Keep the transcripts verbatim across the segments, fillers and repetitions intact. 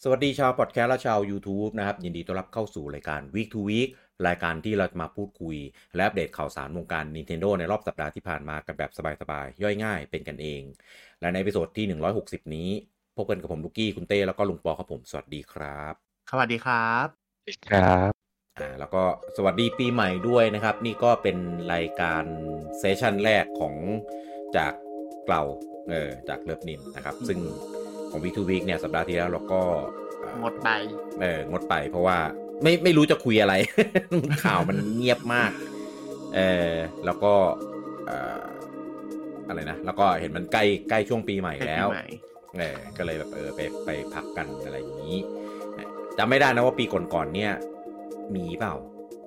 สวัสดีชาวพอดแคสต์และชาว YouTube นะครับยินดีต้อนรับเข้าสู่รายการ Week to Week รายการที่เราจะมาพูดคุยและอัปเดตข่าวสารวงการ Nintendo ในรอบสัปดาห์ที่ผ่านมากันแบบสบายๆย่อยง่ายเป็นกันเองและในอีพิโซดที่หนึ่งร้อยหกสิบนี้พบกันกับผมลูกกี้คุณเต้แล้วก็ลุงปอครับผมสวัสดีครับสวัสดีครับครับอ่าแล้วก็สวัสดีปีใหม่ด้วยนะครับนี่ก็เป็นรายการเซสชั่นแรกของจากเกล่าเออจากเลิฟนินนะครับซึ่งของ Week to Week เนี่ยสัปดาห์ที่แล้วเราก็งดไปเอองดไปเพราะว่าไม่ไม่รู้จะคุยอะไร ข่าวมันเงียบมากเออแล้วก็เอ่ออะไรนะแล้วก็เห็นมันใกล้ใกล้ช่วงปีใหม่แล้วเออก็เลยแบบเออไปไปพักกันอะไรอย่างนี้จำไม่ได้นะว่าปีก่อนๆเนี่ยมีเปล่า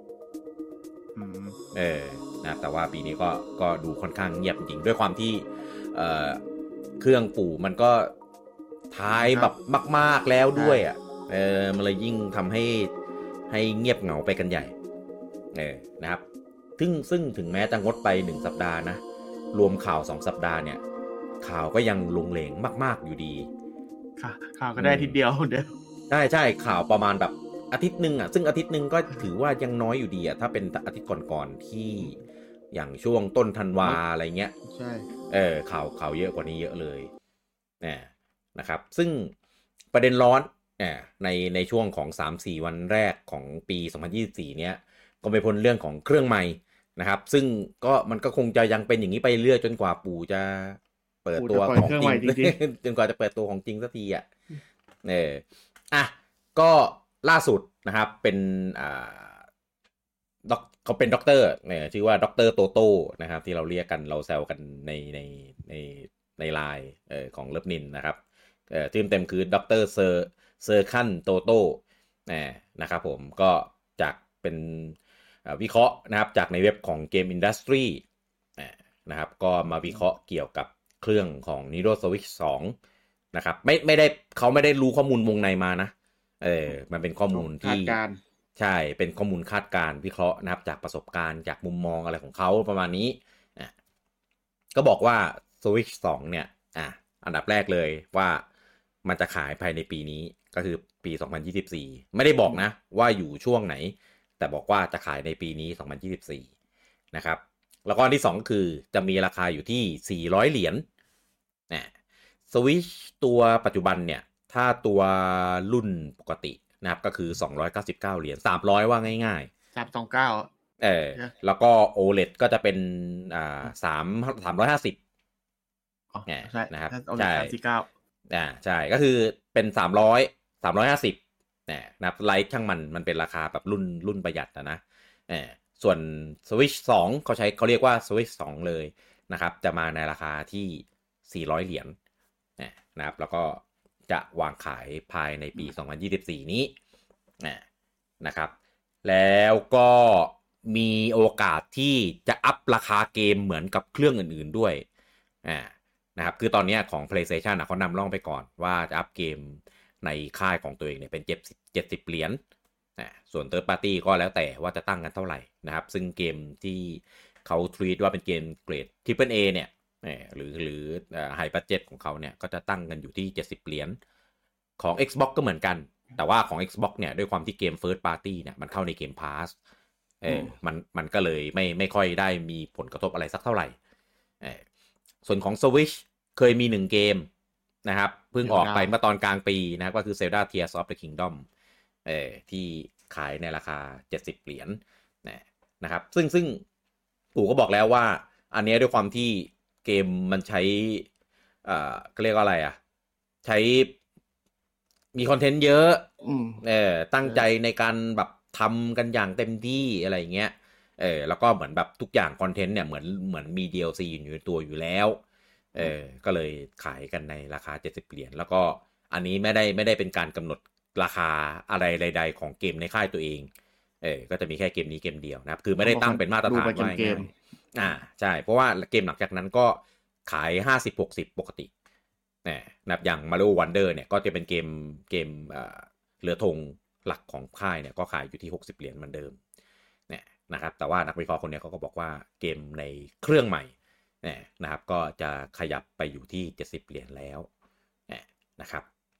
เออนะแต่ว่าปีนี้ก็ก็ดูค่อนข้างเงียบจริงด้วยความที่เอ่อเครื่องปู่มันก็ท้ายแบบมากๆแล้วด้วยอ่ะเออมันเลยยิ่งทำให้ให้เงียบเหงาไปกันใหญ่เออนะครับซึ่งซึ่งถึงแม้จะงดไปหนึ่งสัปดาห์นะรวมข่าวสองสัปดาห์เนี่ยข่าวก็ยังลงเหลงมากๆอยู่ดีค่ะข่าวก็ได้ทีเดียวเดียวใช่ใช่ข่าวประมาณแบบอาทิตย์หนึ่งอ่ะซึ่งอาทิตย์หนึ่งก็ถือว่ายังน้อยอยู่ดีอ่ะถ้าเป็นอาทิตย์ก่อนๆที่อย่างช่วงต้นธันวาอะไรเงี้ยใช่เออข่าวข่าวเยอะกว่านี้เยอะเลยเนี่ยนะครับซึ่งประเด็นร้อนในในช่วงของ สามถึงสี่ วันแรกของปีสองพันยี่สิบสี่เนี้ยก็ไม่พ้นเรื่องของเครื่องไมค์นะครับซึ่งก็มันก็คงจะยังเป็นอย่างนี้ไปเรื่อยจนกว่าปู่จะเปิดตัวของจริงจนกว่าจะเปิดตัวของจริงสักทีอ่ะเอออ่ะก็ล่าสุดนะครับเป็นอ่าด็อกเขาเป็นด็อกเตอร์เนี่ยชื่อว่าด็อกเตอร์โตโต้นะครับที่เราเรียกกันเราแซวกันในในในในไลน์เอ่อของเลิฟนินนะครับเอ่อชื่อเต็มคือด็อกเตอร์เซอร์เซอร์คันโตโต้นะครับผมก็จากเป็นวิเคราะห์นะครับจากในเว็บของเกมอินดัสทรีนะครับก็มาวิเคราะห์เกี่ยวกับเครื่องของ Nintendo Switch สองนะครับไม่ไม่ได้เขาไม่ได้รู้ข้อมูลวงในมานะเออมันเป็นข้อมูลที่ใช่เป็นข้อมูลคาดการวิเคราะห์นะครับจากประสบการณ์จากมุมมองอะไรของเขาประมาณนี้อ่ะก็บอกว่า Switch สองเนี่ยอ่ะอันดับแรกเลยว่ามันจะขายภายในปีนี้ก็คือปีสองพันยี่สิบสี่ไม่ได้บอกนะว่าอยู่ช่วงไหนแต่บอกว่าจะขายในปีนี้สองพันยี่สิบสี่นะครับแล้วก็อันที่สองคือจะมีราคาอยู่ที่สี่ร้อยเหรียญนะสวิชตัวปัจจุบันเนี่ยถ้าตัวรุ่นปกตินะครับก็คือสองร้อยเก้าสิบเก้าเหรียญสามร้อยว่าง่ายๆสามร้อยยี่สิบเก้าเออแล้วก็ โอ แอล อี ดี ก็จะเป็นอ่าสาม สามร้อยห้าสิบอ๋อใช่นะครับใช่สามร้อยสี่สิบเก้าอ่าใช่ก็คือเป็นสามร้อย สามร้อยห้าสิบนะครับไลท์ช่างมันมันเป็นราคาแบบรุ่นรุ่นประหยัดนะเออส่วน Switch สองเขาใช้เขาเรียกว่า Switch สองเลยนะครับจะมาในราคาที่สี่ร้อยเหรียญนะครับแล้วก็จะวางขายภายในปีสองพันยี่สิบสี่นี้นะครับแล้วก็มีโอกาสที่จะอัพราคาเกมเหมือนกับเครื่องอื่นๆด้วยนะครับคือตอนนี้ของ PlayStation นะเขานำร่องไปก่อนว่าจะอัพเกมในค่ายของตัวเองเนี่ยเป็นเจ็ดสิบเหรียญส่วน Third Party ก็แล้วแต่ว่าจะตั้งกันเท่าไหร่นะครับซึ่งเกมที่เขาทรีตว่าเป็นเกมเกรด Triple A เนี่ยหรือหรือไฮบัดเจ็ตของเขาเนี่ยก็จะตั้งกันอยู่ที่เจ็ดสิบเหรียญของ Xbox ก็เหมือนกันแต่ว่าของ Xbox เนี่ยด้วยความที่เกม First Party เนี่ยมันเข้าในเกม Pass เออมันมันก็เลยไม่ไม่ค่อยได้มีผลกระทบอะไรสักเท่าไหร่เออส่วนของ Switch เคยมีหนึ่งเกมนะครับเพิ่งออกไปเมื่อตอนกลางปีนะก็คือ Zelda Tears of the Kingdom เออที่ขายในราคาเจ็ดสิบเหรียญนะครับซึ่งซึ่งปู่ก็บอกแล้วว่าอันนี้ด้วยความที่เกมมันใช้อ่าก็เรียกว่าอะไรอ่ะใช้มีคอนเทนต์เยอะเออตั้งใจในการแบบทำกันอย่างเต็มที่อะไรเงี้ยเออแล้วก็เหมือนแบบทุกอย่างคอนเทนต์เนี่ยเหมือนเหมือนมี ดี แอล ซี อยู่ในตัวอยู่แล้วเออก็เลยขายกันในราคาเจ็ดสิบเหรียญแล้วก็อันนี้ไม่ได้ไม่ได้เป็นการกำหนดราคาอะไรใดๆของเกมในค่ายตัวเองเออก็จะมีแค่เกมนี้เกมเดียวนะครับคือไม่ได้ตั้งเป็นมาตรฐานไว้ง่ายอ่าใช่เพราะว่าเกมหลังจากนั้นก็ขายห้าสิบ หกสิบปกตินะครับอย่าง Mario Wonder เนี่ยก็จะเป็นเกมเกมเรือธงหลักของค่ายเนี่ยก็ขายอยู่ที่หกสิบเหรียญเหมือนเดิมเนี่ยนะครับแต่ว่านักวิเคราะห์คนนี้เขาก็บอกว่าเกมในเครื่องใหม่นะครับก็จะขยับไปอยู่ที่เจ็ดสิบเหรียญแล้วนะครับ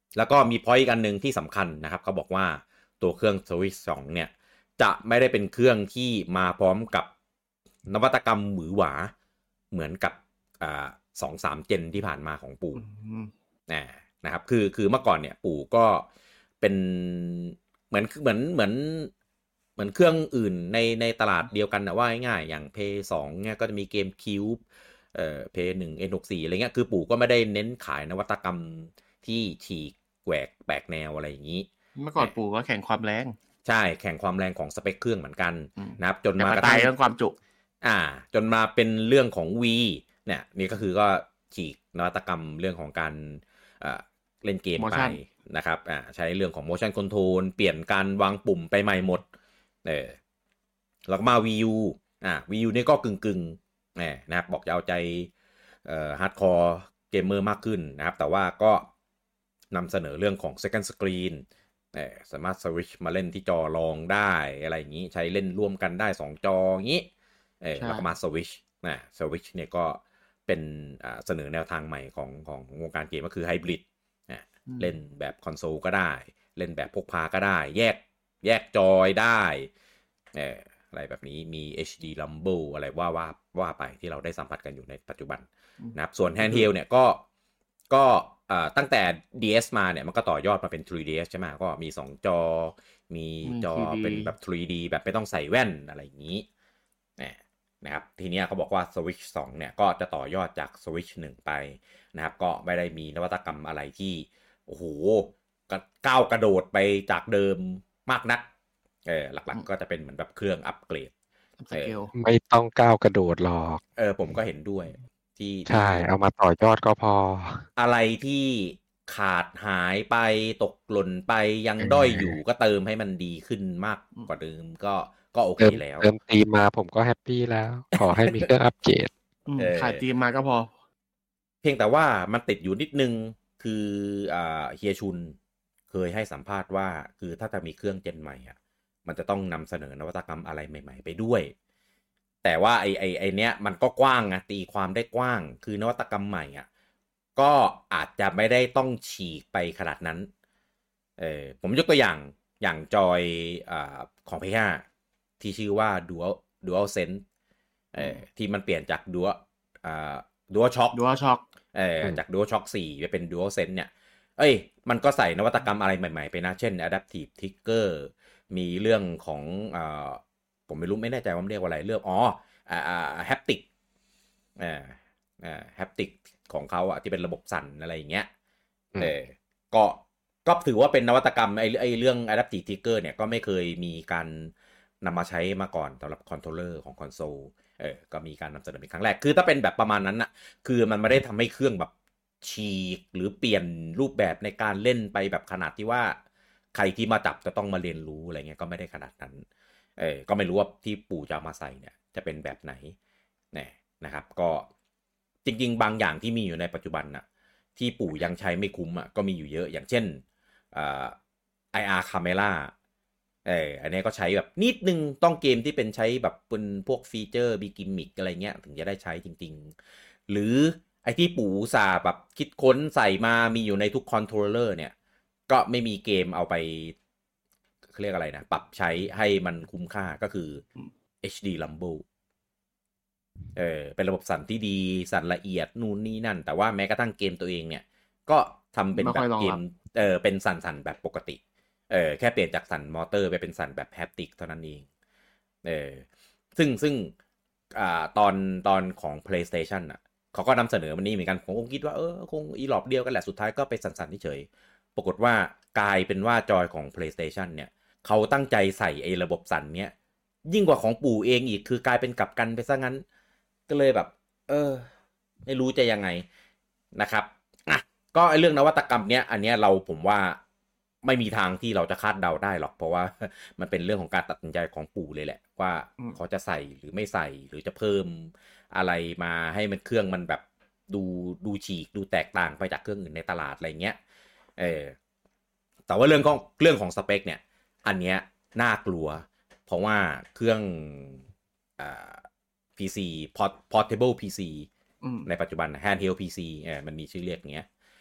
แล้วก็มี point อีกอันนึงที่สำคัญนะครับเขาบอกว่าตัวเครื่อง Switch สองเนี่ยจะไม่ได้เป็นเครื่องที่มาพร้อมกับนวัตกรรมหวือหวาเหมือนกับอ่าสองสามเจนที่ผ่านมาของปู่นะนะครับคือคือเมื่อก่อนเนี่ยปู่ก็เป็นเหมือนเหมือนเหมือนเหมือนเครื่องอื่นในในตลาดเดียวกันนะว่าง่ายๆอย่าง พี เอส สองเนี่ยก็จะมีเกม Cube เอ่อ พี เอส หนึ่ง เอ็น หกสิบสี่ อะไรเงี้ยคือปู่ก็ไม่ได้เน้นขายนวัตกรรมที่ฉีกแหวกแปลกแนวอะไรอย่างนี้เมื่อก่อนปู่ก็แข่งความแรงใช่แข่งความแรงของสเปคเครื่องเหมือนกันนะครับจนมากระทั่งเรื่องความจุอ่าจนมาเป็นเรื่องของ Wii เนี่ยนี่ก็คือก็ฉีกนวัตกรรมเรื่องของการอ่าเล่นเกมไปนะครับอ่าใช้เรื่องของ motion control เปลี่ยนการวางปุ่มไปใหม่หมดเออแล้วก็มา Wii U อ่า Wii U นี่ก็กึ่งกึ่งนะครับบอกจะเอาใจเอ่อ hardcore gamer มากขึ้นนะครับแต่ว่าก็นำเสนอเรื่องของ second screen สามารถสวิตช์มาเล่นที่จอรองได้อะไรอย่างนี้ใช้เล่นร่วมกันได้สองจออย่างนี้เออแล้วก็มาสวิตช์นะสวิตช์เนี่ยก็เป็นอ่าเสนอแนวทางใหม่ของของวงการเกมก็คือไฮบริดนะเล่นแบบคอนโซลก็ได้เล่นแบบพกพาก็ได้แยกแยกจอยได้เอออะไรแบบนี้มี เอช ดี Rumble อะไรว่าว่าว่าไปที่เราได้สัมผัสกันอยู่ในปัจจุบันนะครับส่วน handheld เนี่ยก็ก็ตั้งแต่ ดี เอส มาเนี่ยมันก็ต่อยอดมาเป็น ทรี ดี เอส ใช่ไหมก็มีสองจอมีจอเป็นแบบ ทรี ดี แบบไม่ต้องใส่แว่นอะไรอย่างนี้นะครับทีนี้เขาบอกว่า Switch สองเนี่ยก็จะต่อยอดจาก Switch หนึ่งไปนะครับก็ไม่ได้มีนวัตกรรมอะไรที่โอ้โหก้าวกระโดดไปจากเดิมมากนักเออหลักๆก็จะเป็นเหมือนแบบเครื่องอัปเกรดไม่ต้องก้าวกระโดดหรอกเออผมก็เห็นด้วยที่ใช่เอามาต่อยอดก็พออะไรที่ขาดหายไปตกหล่นไปยังด้อยอยู่ก็เติมให้มันดีขึ้นมากกว่าเดิมก็ก็โอเคแล้วเติมตีมมาผมก็แฮปปี้แล้วขอให้มีเครื่องอัปเกรดขายตีมมาก็พอเพียงแต่ว่ามันติดอยู่นิดนึงคืออ่าเฮียชุนเคยให้สัมภาษณ์ว่าคือถ้าจะมีเครื่องเจนใหม่อ่ะมันจะต้องนำเสนอนวัตกรรมอะไรใหม่ๆไปด้วยแต่ว่าไอไอไอเนี้ยมันก็กว้างนะตีความได้กว้างคือนวัตกรรมใหม่อ่ะก็อาจจะไม่ได้ต้องฉีกไปขนาดนั้นเออผมยกตัวอย่างอย่างจอยอ่าของ พี เอส ห้า ที่ชื่อว่า Dual Dual Sense เออที่มันเปลี่ยนจาก Dual อ่า Dual Shock Dual Shock เออจาก Dual Shock สี่ไปเป็น Dual Sense เนี่ยเอ้ยมันก็ใส่นวัตกรรมอะไรใหม่ๆไปนะเช่น Adaptive Trigger มีเรื่องของอ่าผมไม่รู้ไม่แน่ใจว่ามันเรียกว่าอะไรเรื่องอ๋ออ่าอ่าแฮปติกอ่าอ่าแฮปติกของเขาอะที่เป็นระบบสั่นอะไรอย่างเงี้ยเออก็ก็ถือว่าเป็นนวัตกรรมไอ้ไอ้เรื่อง Adaptive Trigger เนี่ยก็ไม่เคยมีการนำมาใช้มาก่อนสำหรับคอนโทรลเลอร์ของคอนโซลเออก็มีการนำเสนอเป็นครั้งแรกคือถ้าเป็นแบบประมาณนั้นอะคือมันไม่ได้ทำให้เครื่องแบบฉีกหรือเปลี่ยนรูปแบบในการเล่นไปแบบขนาดที่ว่าใครที่มาจับจะต้องมาเรียนรู้อะไรเงี้ยก็ไม่ได้ขนาดนั้นเออก็ไม่รู้ว่าที่ปู่จะมาใส่เนี่ยจะเป็นแบบไหนเนี่ยนะครับก็จริงๆบางอย่างที่มีอยู่ในปัจจุบันน่ะที่ปู่ยังใช้ไม่คุ้มอ่ะก็มีอยู่เยอะอย่างเช่นอ่า ไอ อาร์ Camera เอออันนี้ก็ใช้แบบนิดนึงต้องเกมที่เป็นใช้แบบเป็นพวกฟีเจอร์มีกิมมิคอะไรเงี้ยถึงจะได้ใช้จริงๆหรือไอที่ปู่อุตส่าห์แบบคิดค้นใส่มามีอยู่ในทุกคอนโทรลเลอร์เนี่ยก็ไม่มีเกมเอาไปเขาเรียกอะไรนะปรับใช้ให้มันคุ้มค่าก็คือ เอช ดี Rumble เออเป็นระบบสั่นที่ดีสั่นละเอียดนู่นนี่นั่นแต่ว่าแม้กระทั่งเกมตัวเองเนี่ยก็ทำเป็นแบบเกมเออเป็นสั่นๆแบบปกติเออแค่เปลี่ยนจากสั่นมอเตอร์ไปเป็นสั่นแบบแฮปติกเท่านั้นเองเออซึ่งซึ่งอ่าตอนตอนของ PlayStation อ่ะเขาก็นำเสนอมันนี้เหมือนกันผมก็คิดว่าเออคงอีหลอบเดียวกันแหละสุดท้ายก็ไปสั่นๆเฉยปรากฏว่ากลายเป็นว่าจอยของ PlayStation เนี่ยเขาตั้งใจใส่ไอ้ระบบสั่นเนี้ยยิ่งกว่าของปู่เองอีกคือกลายเป็นกลับกันไปซะงั้นก็เลยแบบเออไม่รู้จะยังไงนะครับอ่ะก็ไอ้เรื่องนวัตกรรมเนี้ยอันเนี้ยเราผมว่าไม่มีทางที่เราจะคาดเดาได้หรอกเพราะว่ามันเป็นเรื่องของการตัดสินใจของปู่เลยแหละว่าเขาจะใส่หรือไม่ใส่หรือจะเพิ่มอะไรมาให้มันเครื่องมันแบบดูดูฉีกดูแตกต่างไปจากเครื่องอื่นในตลาดอะไรเงี้ยเออแต่ว่าเรื่องของเรื่องของสเปคเนี่ยอันเนี้ยน่ากลัวเพราะว่าเครื่องอ่าพี ซี Port Portable พี ซี ในปัจจุบัน Handheld พี ซี เออมันมีชื่อเรียกอย่างเงี้ย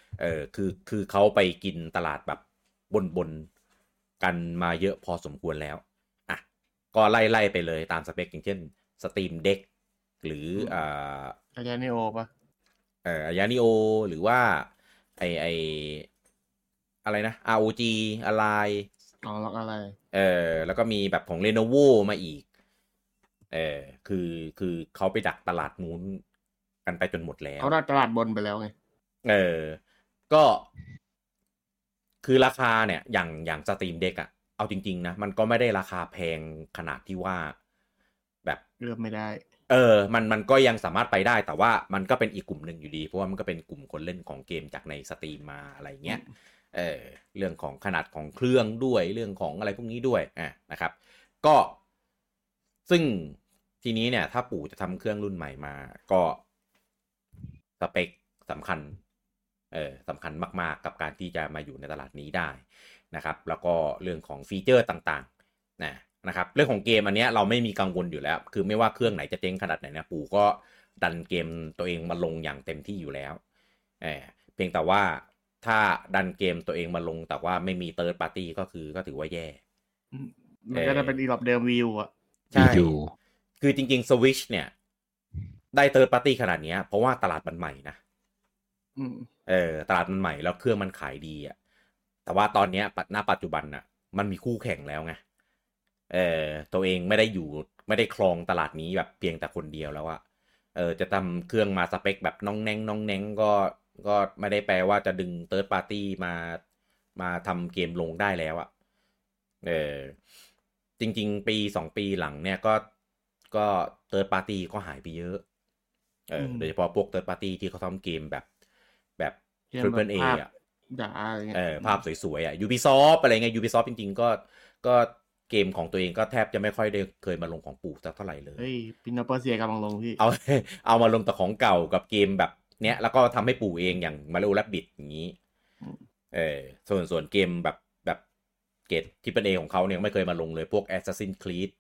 เออคือคือเขาไปกินตลาดแบบบนๆกันมาเยอะพอสมควรแล้วอ่ะก็ไล่ๆไปเลยตามสเปคอย่างเช่น Steam Deck หรืออ่าอาจารย์นิโอปะเอ่ออายานิโอหรือว่าไอไออะไรนะ อาร์ โอ จี อะไรอ๋อล็อกอะไรเออแล้วก็มีแบบของ Lenovo มาอีกเออคือคือเขาไปดักตลาดนู้นกันไปจนหมดแล้วเขาได้ตลาดบนไปแล้วไงเออก็คือราคาเนี่ยอย่างอย่างสตรีมเด็กอะเอาจริงๆนะมันก็ไม่ได้ราคาแพงขนาดที่ว่าแบบเลือกไม่ได้เออมันมันก็ยังสามารถไปได้แต่ว่ามันก็เป็นอีกกลุ่มหนึ่งอยู่ดีเพราะว่ามันก็เป็นกลุ่มคนเล่นของเกมจากในสตรีมมาอะไรเงี้ยเออเรื่องของขนาดของเครื่องด้วยเรื่องของอะไรพวกนี้ด้วยอ่ะนะครับก็ซึ่งทีนี้เนี่ยถ้าปู่จะทำเครื่องรุ่นใหม่มาก็สเปคสำคัญเออสำคัญมากๆกับการที่จะมาอยู่ในตลาดนี้ได้นะครับแล้วก็เรื่องของฟีเจอร์ต่างๆนะนะครับเรื่องของเกมอันเนี้ยเราไม่มีกังวลอยู่แล้วคือไม่ว่าเครื่องไหนจะเจ๊งขนาดไหนนะปู่ก็ดันเกมตัวเองมาลงอย่างเต็มที่อยู่แล้วเออเพียงแต่ว่าถ้าดันเกมตัวเองมาลงแต่ว่าไม่มีเติร์ดปาร์ตี้ก็คือก็ถือว่าแย่มันก็จะเป็นอีหลอบเดิมวิวอ่ะใช่คือจริงๆ Switch เนี่ยได้เติร์ดปาร์ตี้ขนาดนี้เพราะว่าตลาดมันใหม่นะเออตลาดมันใหม่แล้วเครื่องมันขายดีอ่ะแต่ว่าตอนเนี้ยณปัจจุบันน่ะมันมีคู่แข่งแล้วไงเออตัวเองไม่ได้อยู่ไม่ได้ครองตลาดนี้แบบเพียงแต่คนเดียวแล้วอะเออจะทำเครื่องมาสเปคแบบน้องแนงน้องแนงก็ก็ไม่ได้แปลว่าจะดึงเติร์ดปาร์ตี้มามาทำเกมลงได้แล้วอะเออจริงๆปีสองปีหลังเนี่ยก็ก็เติร์ดปาร์ตี้ก็หายไปเยอะเออโดยเฉพาะพวกเติร์ดปาร์ตี้ที่เขาทำเกมแบบแบบ Triple A อ่ะเออภาพสวยๆอ่ะ Ubisoft อะไรเงี้ย Ubisoft จริงๆก็ก็เกมของตัวเองก็แทบจะไม่ค่อยได้เคยมาลงของปู่สักเท่าไหร่เลยเฮ้ยปินอเปอร์เซียกำลังลงพี่เอาเอามาลงแต่ของเก่ากับเกมแบบเนี้ยแล้วก็ทำให้ปู่เองอย่าง Mario Rabbids อย่างนี้เออส่วนส่วนเกมแบบแบบเกรดที่เป็น A ของเขาเนี่ยไม่เคยมาลงเลยพวก Assassin's Creed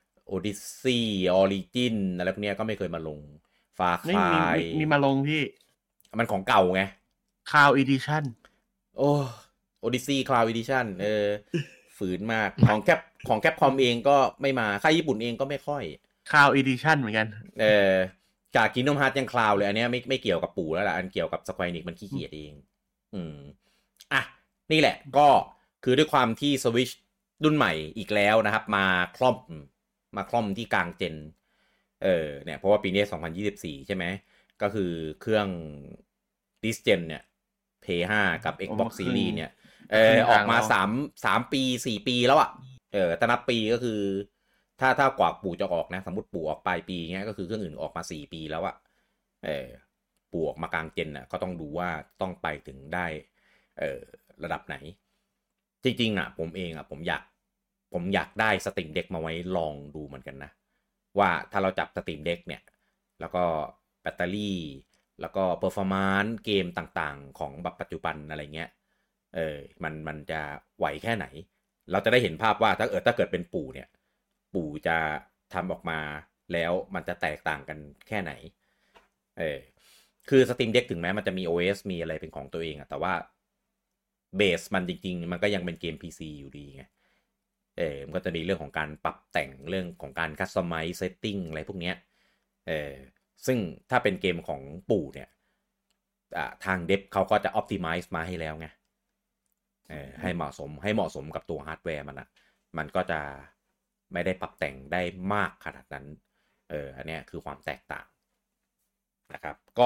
Odyssey Origin อะไรพวกเนี้ยก็ไม่เคยมาลง Far Cry มีมาลงพี่มันของเก่าไง Cloud Edition โอ้ Odyssey Cloud Edition เออฝืนมากของแคปของแคปคอมเองก็ไม่มาค่ายญี่ปุ่นเองก็ไม่ค่อย Cloud Edition เหมือนกันเออจาก Kingdom Hearts ยังคลาวเลยอันเนี้ยไม่ไม่เกี่ยวกับปู่แล้วล่ะอันเกี่ยวกับ Square Enix มันขี้เกียจเองอืมอ่ะนี่แหละก็คือด้วยความที่ Switch รุ่นใหม่อีกแล้วนะครับมาคล่อมมาคล่อมที่กลางเจนเออเนี่ยเพราะว่าปีนี้สองพันยี่สิบสี่ใช่ไหมก็คือเครื่อง This Gen เนี่ย พี เอส ห้า กับ Xbox Series เนี่ยเออออกมาสาม สามปีสี่ปีแล้วอ่ะเออถ้านับปีก็คือถ้าถ้ากว่าปู่จะออกนะสมมติปู่ออกปลายปีเงี้ยก็คือเครื่องอื่นออกมาสี่ปีแล้วอ่ะเออปู่ออกมากลางเจนอ่ะก็ต้องดูว่าต้องไปถึงได้เออระดับไหนจริงๆอ่ะผมเองอ่ะผมอยากผมอยากได้สตรีมเด็กมาไว้ลองดูเหมือนกันนะว่าถ้าเราจับสตรีมเด็กเนี่ยแล้วก็แบตเตอรี่แล้วก็เปอร์ฟอร์มานซ์เกมต่างๆของแบบปัจจุบันอะไรเงี้ยเออมันมันจะไหวแค่ไหนเราจะได้เห็นภาพว่าถ้าเกิดถ้าเกิดเป็นปู่เนี่ยปู่จะทำออกมาแล้วมันจะแตกต่างกันแค่ไหนเออคือ Steam Deck ถึงแม้มันจะมี โอ เอส มีอะไรเป็นของตัวเองอะแต่ว่าเบสมันจริงๆมันก็ยังเป็นเกม พี ซี อยู่ดีไงเออมันก็จะมีเรื่องของการปรับแต่งเรื่องของการ customize setting อะไรพวกเนี้ยเออซึ่งถ้าเป็นเกมของปู่เนี่ยทางเดฟเขาก็จะ optimize มาให้แล้วไงเออให้เหมาะสมให้เหมาะสมกับตัวฮาร์ดแวร์มันอ่ะมันก็จะไม่ได้ปรับแต่งได้มากขนาดนั้นเอออันเนี้ยคือความแตกต่างนะครับก็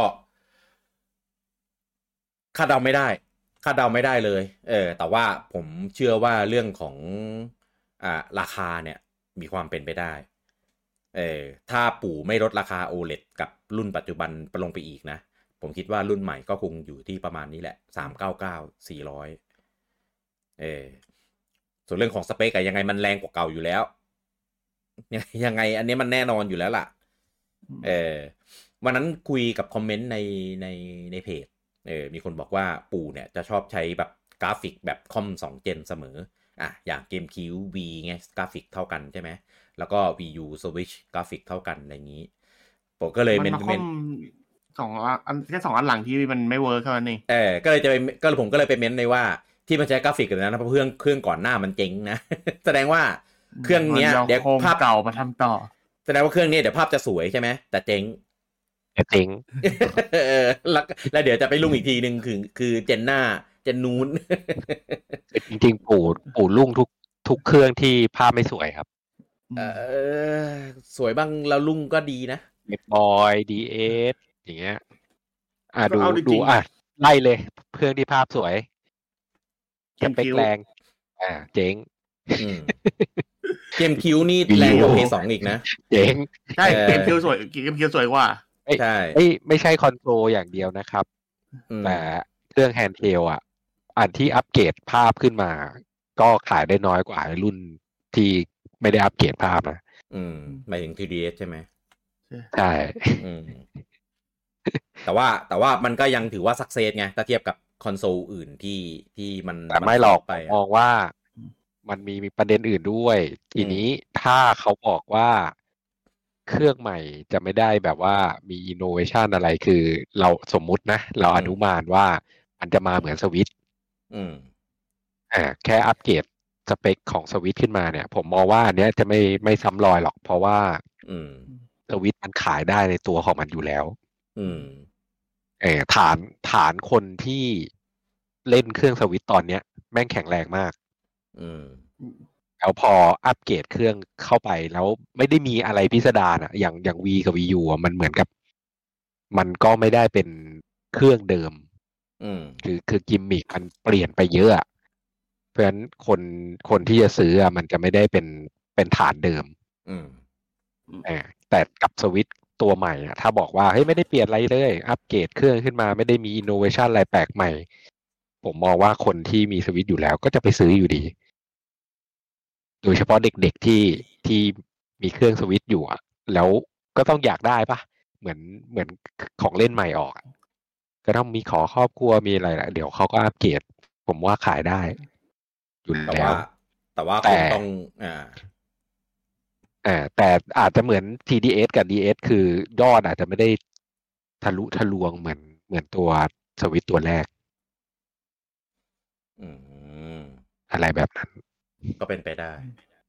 คาดเดาไม่ได้คาดเดาไม่ได้เลยเออแต่ว่าผมเชื่อว่าเรื่องของอ่าราคาเนี่ยมีความเป็นไปได้เออถ้าปู่ไม่ลดราคา โอ แอล อี ดี กับรุ่นปัจจุบันไปลงไปอีกนะผมคิดว่ารุ่นใหม่ก็คงอยู่ที่ประมาณนี้แหละสามร้อยเก้าสิบเก้า สี่ร้อยเออส่วนเรื่องของสเปคอะยังไงมันแรงกว่าเก่าอยู่แล้วยังไงอันนี้มันแน่นอนอยู่แล้วล่ะเออวันนั้นคุยกับคอมเมนต์ในในในเพจเออมีคนบอกว่าปู่เนี่ยจะชอบใช้แบบกราฟิกแบบคอมสองเจนเสมออ่ะอย่างเกมคิว V ไงกราฟิกเท่ากันใช่ไหมแล้วก็ Wii U Switch กราฟิกเท่ากันอะไรอย่างนี้ผมก็เลยมันมาคอมสองอันแค่สองอันหลังที่มันไม่เวิร์คเท่านั้นเองเออก็เลยจะไปก็ผมก็เลยไปเม้นในว่าที่มันใช้กราฟิกแบบนั้นนะเพราะเครื่องเครื่องก่อนหน้ามันเจ๊งนะ แสดงว่าเครื่องเนี้ยเดี๋ยวภาพเก่ามาทำต่อแสดงว่าเครื่องนี้เดี๋ยวภาพจะสวยใช่ไหมแต่เจ๊งเจ๋งแล้วแล้วเดี๋ยวจะไปลุ่งอีกทีนึงคือคือเจนหน้าเจนนู้นจริงๆปู่ปู่ลุ่งทุกทุกเครื่องที่ภาพไม่สวยครับเออสวยบ้างแล้วลุ่งก็ดีนะเว็บบอยดีเอสอย่างเงี้ยอ่ะดูดูอ่ะไล่เลยเครื่องที่ภาพสวยสเปคแรงอ่าเจ๋งเกมคิวนี่แรงกว่า พี สอง อีกนะเจ๋งใช่เกมคิวสวยเกมคิวสวยกว่าใช่ไม่ไม่ใช่คอนโทรลอย่างเดียวนะครับแต่เครื่องแฮนด์เฮลอ่ะอันที่อัปเกรดภาพขึ้นมาก็ขายได้น้อยกว่ารุ่นที่ไม่ได้อัปเกรดภาพนะอืมหมายถึง ที ดี เอส ใช่ไหมใช่อืมแต่ว่าแต่ว่ามันก็ยังถือว่าสักเซสไงถ้าเทียบกับคอนโซลอื่นที่ที่มันแต่ไม่หรอกไปมองว่ามันมีมีประเด็นอื่นด้วยทีนี้ถ้าเขาบอกว่าเครื่องใหม่จะไม่ได้แบบว่ามีอินโนเวชันอะไรคือเราสมมุตินะเราอนุมานว่ามันจะมาเหมือนสวิตช์อืมอ่าแค่อัปเกรดสเปคของสวิตช์ขึ้นมาเนี่ยผมมองว่าอันเนี้ยจะไม่ไม่ซ้ำรอยหรอกเพราะว่าอืมสวิตช์มันขายได้ในตัวของมันอยู่แล้วอืมเออฐานฐานคนที่เล่นเครื่องสวิตช์ตอนเนี้ยแม่งแข็งแรงมากอืมแล้วพออัปเกรดเครื่องเข้าไปแล้วไม่ได้มีอะไรพิสดารอ่ะอย่างอย่าง V กับ Wii U อ่ะมันเหมือนกับมันก็ไม่ได้เป็นเครื่องเดิมอืมคือคือกิมมิคมันเปลี่ยนไปเยอะอ่ะเพราะฉะนั้นคนคนที่จะซื้ออ่ะมันจะไม่ได้เป็นเป็นฐานเดิมอืมอ่าแต่กับสวิตช์ตัวใหม่อ่ะถ้าบอกว่าเฮ้ยไม่ได้เปลี่ยนอะไรเลยอัปเกรดเครื่องขึ้นมาไม่ได้มีอินโนเวชันอะไรแปลกใหม่ผมมองว่าคนที่มีสวิตช์อยู่แล้วก็จะไปซื้ออยู่ดีโดยเฉพาะเด็กๆที่ที่มีเครื่องสวิตช์อยู่อ่ะแล้วก็ต้องอยากได้ปะเหมือนเหมือนของเล่นใหม่ออกก็ต้องมีขอครอบครัวมีอะไรละเดี๋ยวเขาก็อัปเกรดผมว่าขายได้อยู่แล้วแต่ว่าแต่ต้องอ่าอ่าแต่อาจจะเหมือน ที ดี เอส กับ ดี เอส คือยอดอาจจะไม่ได้ทะลุทะลวงเหมือนเหมือนตัวสวิตช์ตัวแรกอืมอะไรแบบนั้นก็เป็นไปได้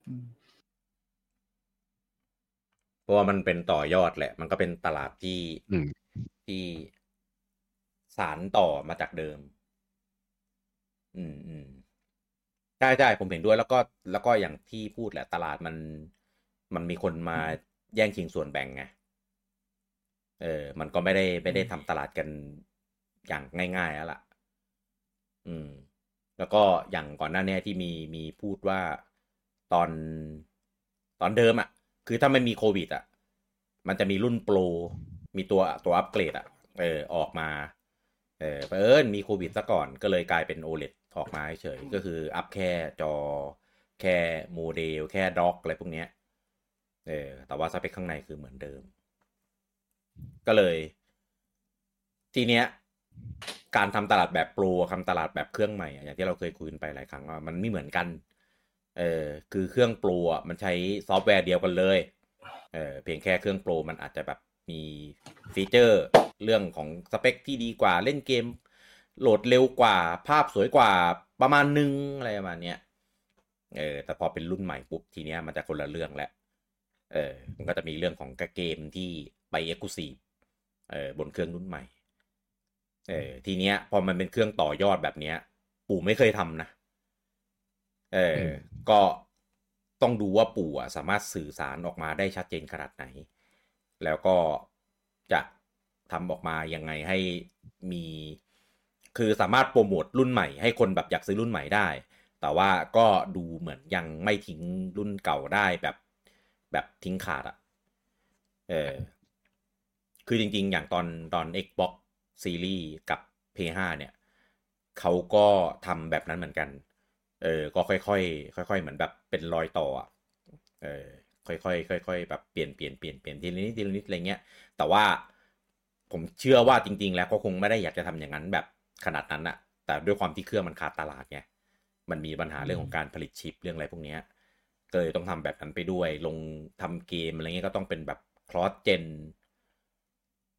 เพราะว่ามันเป็นต่อยอดแหละมันก็เป็นตลาดที่ที่สานต่อมาจากเดิมอืมอืมใช่ใช่ผมเห็นด้วยแล้วก็แล้วก็อย่างที่พูดแหละตลาดมันมันมีคนมาแย่งชิงส่วนแบ่งไงเออมันก็ไม่ได้ไม่ได้ทำตลาดกันอย่างง่ายๆแล้วล่ะอืมแล้วก็อย่างก่อนหน้านี้ที่มีมีพูดว่าตอนตอนเดิมอ่ะคือถ้าไม่มีโควิดอ่ะมันจะมีรุ่นโปรมีตัวตัวอัปเกรดอ่ะเออออกมาเออเอิญมีโควิดซะก่อนก็เลยกลายเป็น โอ แอล อี ดี ออกมาเฉยก็คืออัพแค่จอแค่โมเดลแค่ด็อกอะไรพวกเนี้ยเออแต่ว่าสเปคข้างในคือเหมือนเดิมก็เลยทีเนี้ยการทำตลาดแบบโปรทำตลาดแบบเครื่องใหม่อย่างที่เราเคยคุยกันไปหลายครั้งว่ามันไม่เหมือนกันเออคือเครื่องโปรอ่ะมันใช้ซอฟต์แวร์เดียวกันเลยเออเพียงแค่เครื่องโปรมันอาจจะแบบมีฟีเจอร์เรื่องของสเปคที่ดีกว่าเล่นเกมโหลดเร็วกว่าภาพสวยกว่าประมาณนึงอะไรประมาณเนี้ยเออแต่พอเป็นรุ่นใหม่ปุ๊บทีเนี้ยมันจะคนละเรื่องแล้วเออมันก็จะมีเรื่องของเกมที่ไป Exclusive เออบนเครื่องรุ่นใหม่เออทีเนี้ยพอมันเป็นเครื่องต่อยอดแบบเนี้ยปู่ไม่เคยทำนะเออก็ต้องดูว่าปู่อ่ะสามารถสื่อสารออกมาได้ชัดเจนขนาดไหนแล้วก็จะทำออกมายังไงให้มีคือสามารถโปรโมทรุ่นใหม่ให้คนแบบอยากซื้อรุ่นใหม่ได้แต่ว่าก็ดูเหมือนยังไม่ทิ้งรุ่นเก่าได้แบบแบบทิ้งขาดอ่ะเออคือจริงๆอย่างตอนตอน Xbox Series กับ พี ไฟว์ เนี่ยเขาก็ทำแบบนั้นเหมือนกันเออก็ค่อยๆค่อยๆเหมือนแบบเป็นรอยต่ออ่ะเออค่อยๆค่อยๆแบบเปลี่ยนเปลี่ยนเปลี่ยนเปลี่ยนทีละนิดทีละนิดอะไรเงี้ยแต่ว่าผมเชื่อว่าจริงๆแล้วก็คงไม่ได้อยากจะทำอย่างนั้นแบบขนาดนั้นอะแต่ด้วยความที่เครื่องมันขาดตลาดไงมันมีปัญหาเรื่องของการผลิตชิปเรื่องอะไรพวกนี้ก็เลยต้องทำแบบนั้นไปด้วยลงทำเกมอะไรเงี้ยก็ต้องเป็นแบบคลอสเจน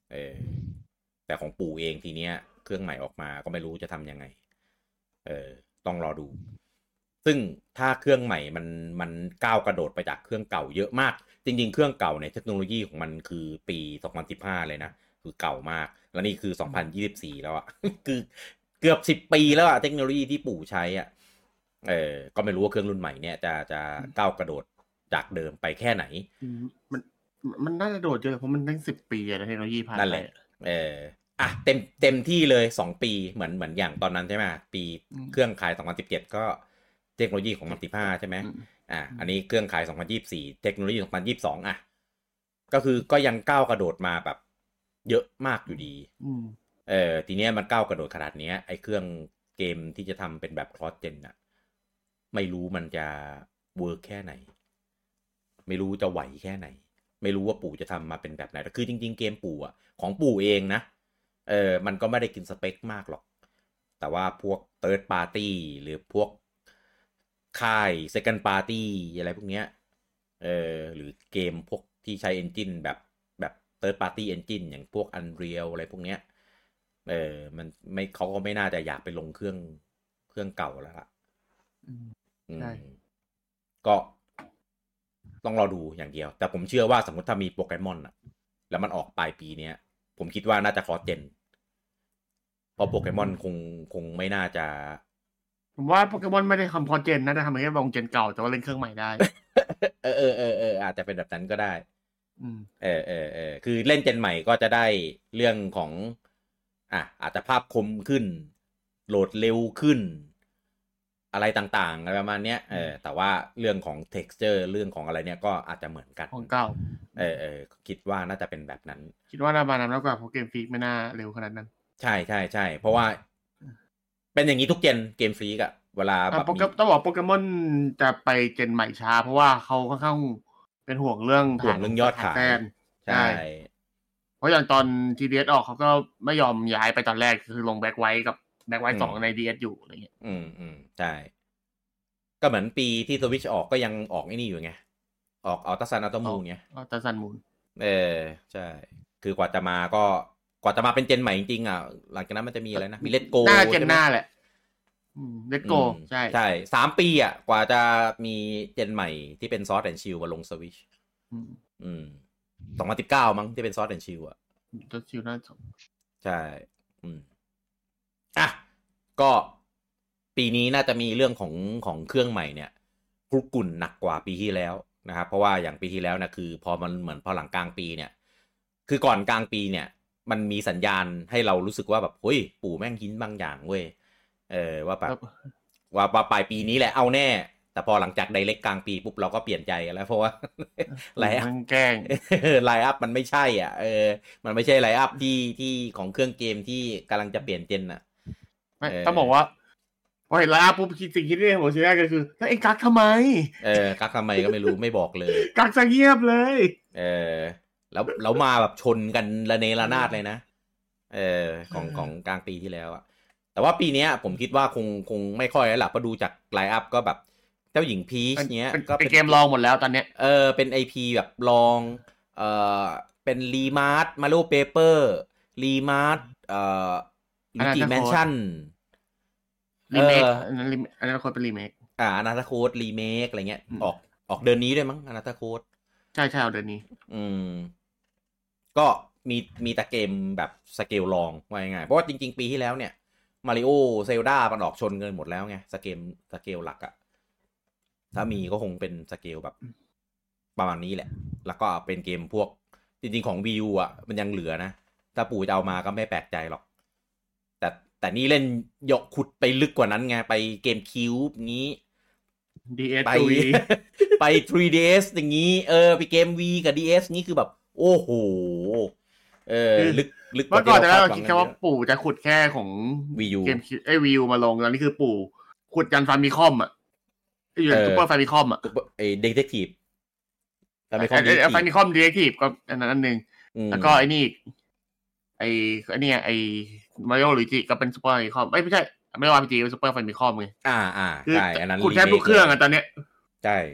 เออแต่ของปู่เองทีเนี้ยเครื่องใหม่ออกมาก็ไม่รู้จะทำยังไงเออต้องรอดูซึ่งถ้าเครื่องใหม่มันมันก้าวกระโดดไปจากเครื่องเก่าเยอะมากจริงๆเครื่องเก่าในเทคโนโลยีของมันคือปีสองพันสิบห้าเลยนะคือเก่ามากแล้วนี่คือสองพันยี่สิบสี่แล้วอะ คือเกือบสิบปีแล้วอะเทคโนโลยีที่ปู่ใช้อะเออก็ไม่รู้ว่าเครื่องรุ่นใหม่เนี่ยจะจะก้าวกระโดดจากเดิมไปแค่ไหนมันมันน่าจะโดดเยอะเพราะมันตั้งสิบปีแล้วเทคโนโลยีผ่านไปนั่นแหละเอออ่ะเต็มเต็มที่เลยสองปีเหมือนเหมือนอย่างตอนนั้นใช่ไหมปีเครื่องขายสองพันสิบเจ็ดก็เทคโนโลยีของมันสิบห้าใช่ไหมอ่ะอันนี้เครื่องขายสองพันยี่สิบสี่เทคโนโลยีสองพันยี่สิบสองอ่ะก็คือก็ยังก้าวกระโดดมาแบบเยอะมากอยู่ดีเออทีเนี้ยมันก้าวกระโดดขนาดเนี้ยไอ้เครื่องเกมที่จะทำเป็นแบบครอสเจนอ่ะไม่รู้มันจะเวิร์กแค่ไหนไม่รู้จะไหวแค่ไหนไม่รู้ว่าปู่จะทำมาเป็นแบบไหนแต่คือจริงๆเกมปู่อ่ะของปู่เองนะเออมันก็ไม่ได้กินสเปคมากหรอกแต่ว่าพวก third party หรือพวกค่าย second party อะไรพวกเนี้ยเออหรือเกมพวกที่ใช้ engine แบบแบบ third party engine อย่างพวก Unreal อะไรพวกเนี้ยเออมันไม่เขาก็ไม่น่าจะอยากไปลงเครื่องเครื่องเก่าแล้วล่ะใช่ก็ต้องรอดูอย่างเดียวแต่ผมเชื่อว่าสมมติถ้ามีโปเกมอนอะแล้วมันออกปลายปีเนี้ยผมคิดว่าน่าจะคอร์สเจนเพราะโปเกมอนคงคงไม่น่าจะผมว่าโปเกมอนไม่ได้คอมพอร์ตเจนน่าจะทำให้ลงเจนเก่าแต่ว่าเล่นเครื่องใหม่ได้เออเออเออเอออาจจะเป็นแบบนั้นก็ได้เออเออเออคือเล่นเจนใหม่ก็จะได้เรื่องของอ่ะอาจจะภาพคมขึ้นโหลดเร็วขึ้นอะไรต่างๆอะไรประมาณเนี้ยเออแต่ว่าเรื่องของ texture เรื่องของอะไรเนี้ยก็อาจจะเหมือนกันของเก่าเออเออคิดว่าน่าจะเป็นแบบนั้นคิดว่าน่าบานั้นมากกว่าเพราะเกมฟรีกไม่น่าเร็วขนาดนั้นใช่ใช่ใช่เพราะว่าเป็นอย่างนี้ทุกเจนเกมฟรีกอะเวลาแบบต้องบอกโปเกมอนจะไปเจนใหม่ช้าเพราะว่าเขาค่อนข้างเป็นห่วงเรื่องห่วงเรื่องยอดขายใช่เพราะอย่างตอน ที ดี เอส ออกเขาก็ไม่ยอมย้ายไปตอนแรกคือลงแบ็คไวท์กับแบ็คไวท์สองใน ดี เอส อยู่อะไรเงี้ยอืมอืมใช่ก็เหมือนปีที่ Switch ออกก็ยังออกไอ้นี่อยู่ไงออกอัลตร้าซันอัลตร้ามูนไงอัลตร้าซันมูนเออใช่คือกว่าจะมาก็กว่าจะมาเป็นเจนใหม่จริงๆอ่ะหลังจากนั้นมันจะมีอะไรนะมีเลตโกหน้าเจนหน้าแหละเลตโกใช่ใช่สามปีอ่ะกว่าจะมีเจนใหม่ที่เป็นซอสแอนด์ชิลมาลง Switch อืมอืมสองพันสิบเก้ามั้งที่เป็นซอสแอนด์ชิลอ่ะซอสชิลน่าจะใช่อืมอ่ะก็ปีนี้น่าจะมีเรื่องของของเครื่องใหม่เนี่ยครุกุ่นหนักกว่าปีที่แล้วนะครับเพราะว่าอย่างปีที่แล้วนะคือพอมันเหมือนพอหลังกลางปีเนี่ยคือก่อนกลางปีเนี่ยมันมีสัญญาณให้เรารู้สึกว่าแบบเฮ้ยปู่แม่งหินบางอย่างเว้ยเออว่าแบบว่าปลายปีนี้แหละเอาแน่แต่พอหลังจากไดเรกกลางปีปุ๊บเราก็เปลี่ยนใจกันแล้วเพราะว่าไลน์อัพแกล้งไลน์อัพมันไม่ใช่อ่ะเออมันไม่ใช่ไลน์อัพที่ที่ของเครื่องเกมที่กำลังจะเปลี่ยนเจนอ่ะไม่ต้องบอกว่าพอเห็นไลน์อัพปุ๊บคิดสิ่งที่ได้ผมคิดได้ก็คือแล้วไอ้กักทำไมเออกักทำไมก็ไม่รู้ไม่บอกเลยกักซะเงียบเลยเออแล้วแล้วมาแบบชนกันระเนระนาดเลยนะเออของของกลางปีที่แล้วอ่ะแต่ว่าปีนี้ผมคิดว่าคงคงไม่ค่อยแล้วล่ะเพราะดูจากไลน์อัพก็แบบเจ้าหญิงพีชเนี้ยก็เป็นเกมลองหมดแล้วตอนเนี้ยเออเป็น ไอ พี แบบลองเออเป็นรีมาร์ทมาโลเปเปอร์รีมาร์ทเอ่อลิจิแมนชั่นรีเมคอันนั้นอันนั้นคนเป็นรีเมคอ่าอนาธโค้ดรีเมคอะไรเงี้ยออกออกเดือนนี้ด้วยมั้งอนาธโค้ดใช่ใช่เอาเดือนนี้อืมก็มีมีแต่เกมแบบสเกลลองว่าง่ายเพราะว่าจริงๆปีที่แล้วเนี่ยมาริโอเซลดามันออกชนเงินหมดแล้วไงสเกลสเกลหลักอะถ้ามีก็คงเป็นสเกลแบบประมาณนี้แหละแล้วก็เป็นเกมพวกจริงๆของ Wii U อ่ะมันยังเหลือนะถ้าปู่จะเอามาก็ไม่แปลกใจหรอกแต่แต่นี่เล่นยกขุดไปลึกกว่านั้นไงไปเกมคิวบ์งี้ดี เอสไปไป ทรี ดี เอส อย่างงี้เออไปเกม V กับ ดี เอส งี้คือแบบโอ้โหเออลึกลึกกว่าก่อนแต่เราคิดแค่ว่าปู่จะขุดแค่ของ Wii U เกมไอ้ Wii U มาลงแล้วนี่คือปู่ขุดยันฟามิคอมอ่ะอยู่ซุปเปอร์ฟามิคอมอ่ะไอ้เด็กเทคทีฟฟามิคอมฟามิคอมดีเทคทีฟก็อันนั้นอันนึงแล้วก็ไอ้นี่ไอ้ไอ้นี่ไอ้มาริโอลุยจิก็เป็นซุปเปอร์ฟามิคอมไม่ใช่ไม่ว่า อาร์ พี จี เป็นซุปเปอร์ฟามิคอมไงอ่าอ่าใช่อันนั้นขุดแทบทุกเครื่องอ่ะตอนเนี้ยใช่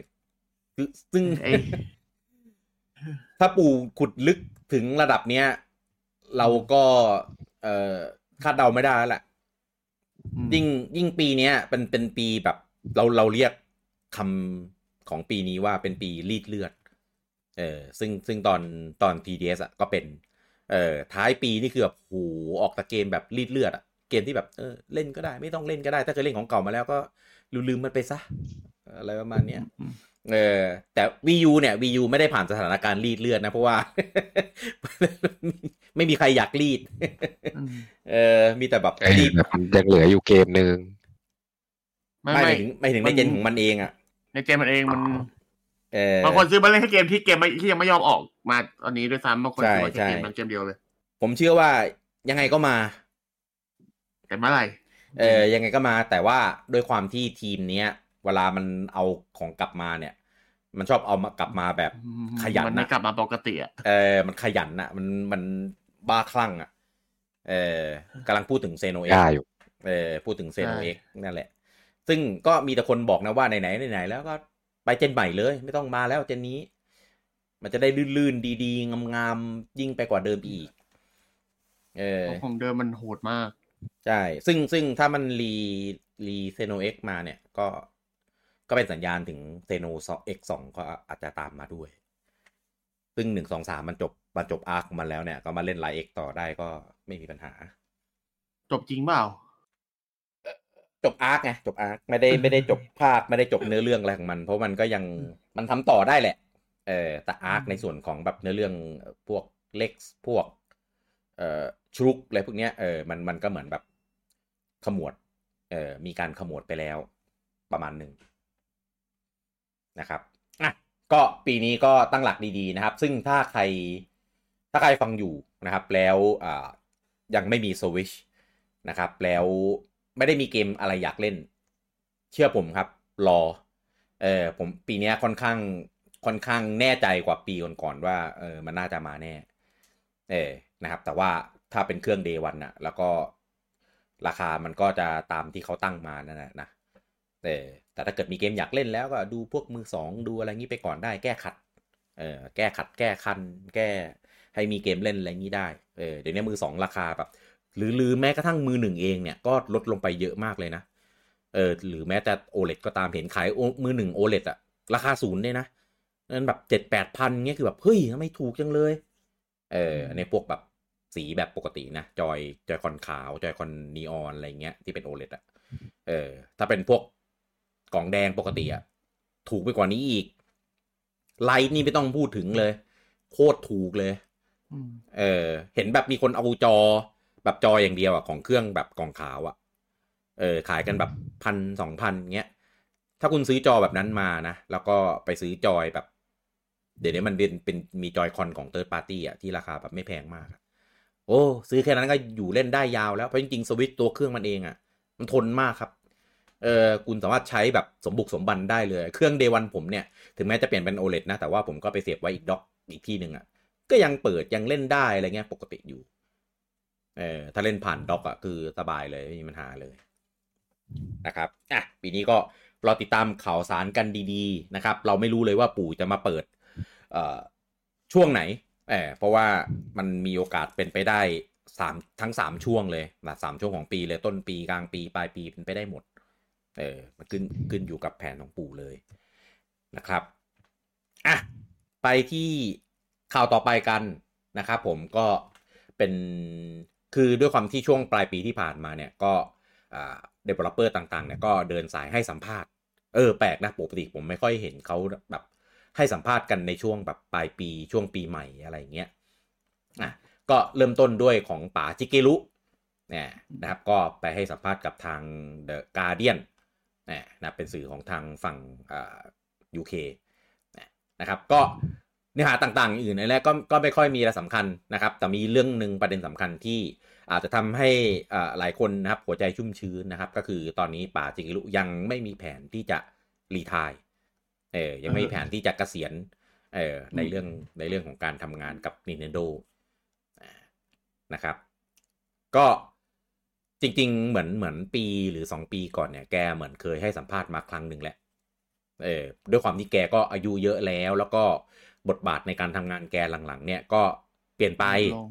ซึ่งถ้าปู่ขุดลึกถึงระดับเนี้ยเราก็เอ่อคาดเดาไม่ได้แล้วแหละยิ่งยิ่งปีนี้เป็นเป็นปีแบบเราเราเรียกคำของปีนี้ว่าเป็นปีรีดเลือดเออซึ่งซึ่งตอนตอน ที ดี เอส อ่ะก็เป็นเอ่อท้ายปีนี่คือแบบโหออกแต่เกมแบบรีดเลือดอ่ะเกมที่แบบเออเล่นก็ได้ไม่ต้องเล่นก็ได้ถ้าเคยเล่นของเก่ามาแล้วก็ลืมๆมันไปซะอะไรประมาณเนี้ยเออแต่ วี ยู เนี่ย วี ยู ไม่ได้ผ่านสถานการณ์รีดเลือดนะเพราะว่า ไม่มีใครอยากรีดเออมีแต่แบบรีดแบบยังเหลืออยู่เกมนึงไม่ไม่ถึงไม่ถึงในเจนของมันเองอ่ะในเจนมันเองมันเออบางคนซื้อมาเล่นแค่เกมที่เกมที่ยังไม่ยอมออกมาตอนนี้ด้วยซ้ำบางคนซื้อมาแค่เกมเกมเดียวเลยผมเชื่อว่ายังไงก็มาแต่เมื่อไหร่เออยังไงก็มาแต่ว่าด้วยความที่ทีมเนี้ยเวลามันเอาของกลับมาเนี่ยมันชอบเอามากลับมาแบบขยันนะมันไม่กลับมาปกติอ่ะเออมันขยันนะมันมันบ้าคลั่งอ่ะเออกำลังพูดถึงเซโนเอ็กซ์เออพูดถึงเซโนเอ็กซ์นั่นแหละซึ่งก็มีแต่คนบอกนะว่าไหนไหนไหนแล้วก็ไปเจนใหม่เลยไม่ต้องมาแล้วเจนนี้มันจะได้ลื่นๆดีๆงามๆยิ่งไปกว่าเดิมอีกเออของเดิมมันโหดมากใช่ซึ่งซึ่งถ้ามันรีรีเซโนเอ็กมาเนี่ยก็ก็เป็นสัญญาณถึงเซโนเอ็กสองก็อาจจะตามมาด้วยซึ่งหนึ่งสองสามมันจบมันจบอาร์คของมันแล้วเนี่ยก็มาเล่นไลน์เอ็กต่อได้ก็ไม่มีปัญหาจบจริงเปล่าจบอาร์คไงจบอาร์คไม่ได้ไม่ได้จบภาคไม่ได้จบเนื้อเรื่องอะไรของมันเพราะมันก็ยังมันทำต่อได้แหละเออแต่อาร์คในส่วนของแบบเนื้อเรื่องพวกเล็กพวกเอ่อชลุกอะไรพวกเนี้ยเออมันมันก็เหมือนแบบขมวดเออมีการขมวดไปแล้วประมาณหนึ่งนะครับอ่ะก็ปีนี้ก็ตั้งหลักดีๆนะครับซึ่งถ้าใครถ้าใครฟังอยู่นะครับแล้วอ่ายังไม่มี Switch นะครับแล้วไม่ได้มีเกมอะไรอยากเล่นเชื่อผมครับรอเออผมปีนี้ค่อนข้างค่อนข้างแน่ใจกว่าปีก่อนๆว่าเออมันน่าจะมาแน่เออนะครับแต่ว่าถ้าเป็นเครื่อง Day วันน่ะแล้วก็ราคามันก็จะตามที่เขาตั้งมานั่นแหละนะแต่แต่ถ้าเกิดมีเกมอยากเล่นแล้วก็ดูพวกมือสองดูอะไรงี้ไปก่อนได้แก้ขัดเออแก้ขัดแก้คันแก้ให้มีเกมเล่นอะไรงี้ได้เออเดี๋ยวนี้มือสองราคาแบบหรือหรือแม้กระทั่งมือหนึ่งเองเนี่ยก็ลดลงไปเยอะมากเลยนะเออหรือแม้แต่ โอ แอล อี ดี ก็ตามเห็นขายมือหนึ่ง โอ แอล อี ดี อะราคาศูนย์เนี่ยนะนั่นแบบเจ็ดแปดพันเงี้ยคือแบบเฮ้ยทำไมถูกจังเลยเออในพวกแบบสีแบบปกตินะจอยจอยคอนขาวจอยคอนนีออนอะไรเงี้ยที่เป็น โอ แอล อี ดี อะเออถ้าเป็นพวกกล่องแดงปกติอะถูกไปกว่านี้อีกไลท์นี่ไม่ต้องพูดถึงเลยโคตรถูกเลยเออเห็นแบบมีคนเอาจอแบบจออย่างเดียวอะของเครื่องแบบกล่องขาวอะเออขายกันแบบพันสองพันเงี้ยถ้าคุณซื้อจอแบบนั้นมานะแล้วก็ไปซื้อจอยแบบเดี๋ยวนี้มันเป็นเป็นมีจอยคอนของ Third Party อ่ะที่ราคาแบบไม่แพงมากโอ้ซื้อแค่นั้นก็อยู่เล่นได้ยาวแล้วเพราะจริงๆสวิตช์ตัวเครื่องมันเองอ่ะมันทนมากครับเออคุณสามารถใช้แบบสมบุกสมบันได้เลยเครื่อง Day วันผมเนี่ยถึงแม้จะเปลี่ยนเป็น โอ แอล อี ดี นะแต่ว่าผมก็ไปเสียบไว้อีกด็อกอีกที่นึงอ่ะก็ยังเปิดยังเล่นได้อะไรเงี้ยปกติอยู่เออถ้าเล่นผ่านด็อกอ่ะคือสบายเลยไม่มีปัญหาเลยนะครับอ่ะปีนี้ก็รอติดตามข่าวสารกันดีๆนะครับเราไม่รู้เลยว่าปู่จะมาเปิดเอ่อช่วงไหนเออเพราะว่ามันมีโอกาสเป็นไปได้สามทั้งสามช่วงเลยนะสามช่วงของปีเลยต้นปีกลางปีปลายปีเป็นไปได้หมดเออมันขึ้นขึ้นอยู่กับแผนของปู่เลยนะครับอ่ะไปที่ข่าวต่อไปกันนะครับผมก็เป็นคือด้วยความที่ช่วงปลายปีที่ผ่านมาเนี่ยก็อ่า developer ต่างๆเนี่ยก็เดินสายให้สัมภาษณ์เออแปลกนะปกติผมไม่ค่อยเห็นเขาแบบให้สัมภาษณ์กันในช่วงแบบปลายปีช่วงปีใหม่อะไรเงี้ยอ่ะก็เริ่มต้นด้วยของป๋าจิเกรุเนี่ยนะครับก็ไปให้สัมภาษณ์กับทาง The Guardian เนี่ยนะเป็นสื่อของทางฝั่งอ่า ยู เค นะครับก็เนื้อหาต่างๆอื่นในแรกก็ก็ไม่ค่อยมีอะไรสำคัญนะครับแต่มีเรื่องนึงประเด็นสำคัญที่อาจจะทำให้อ่าหลายคนนะครับหัวใจชุ่มชื้นนะครับก็คือตอนนี้ป๋าจิกิรุยังไม่มีแผนที่จะรีไทร์เออยังไม่มีแผนที่จะเกษียณเออในเรื่องในเรื่องของการทำงานกับ Nintendo นะครับก็จริงๆเหมือนเหมือนปีหรือสองปีก่อนเนี่ยแกเหมือนเคยให้สัมภาษณ์มาครั้งหนึ่งแหละเออด้วยความที่แกก็อายุเยอะแล้วแล้วก็บทบาทในการทำงานแกหลังๆเนี่ยก็เปลี่ยนไป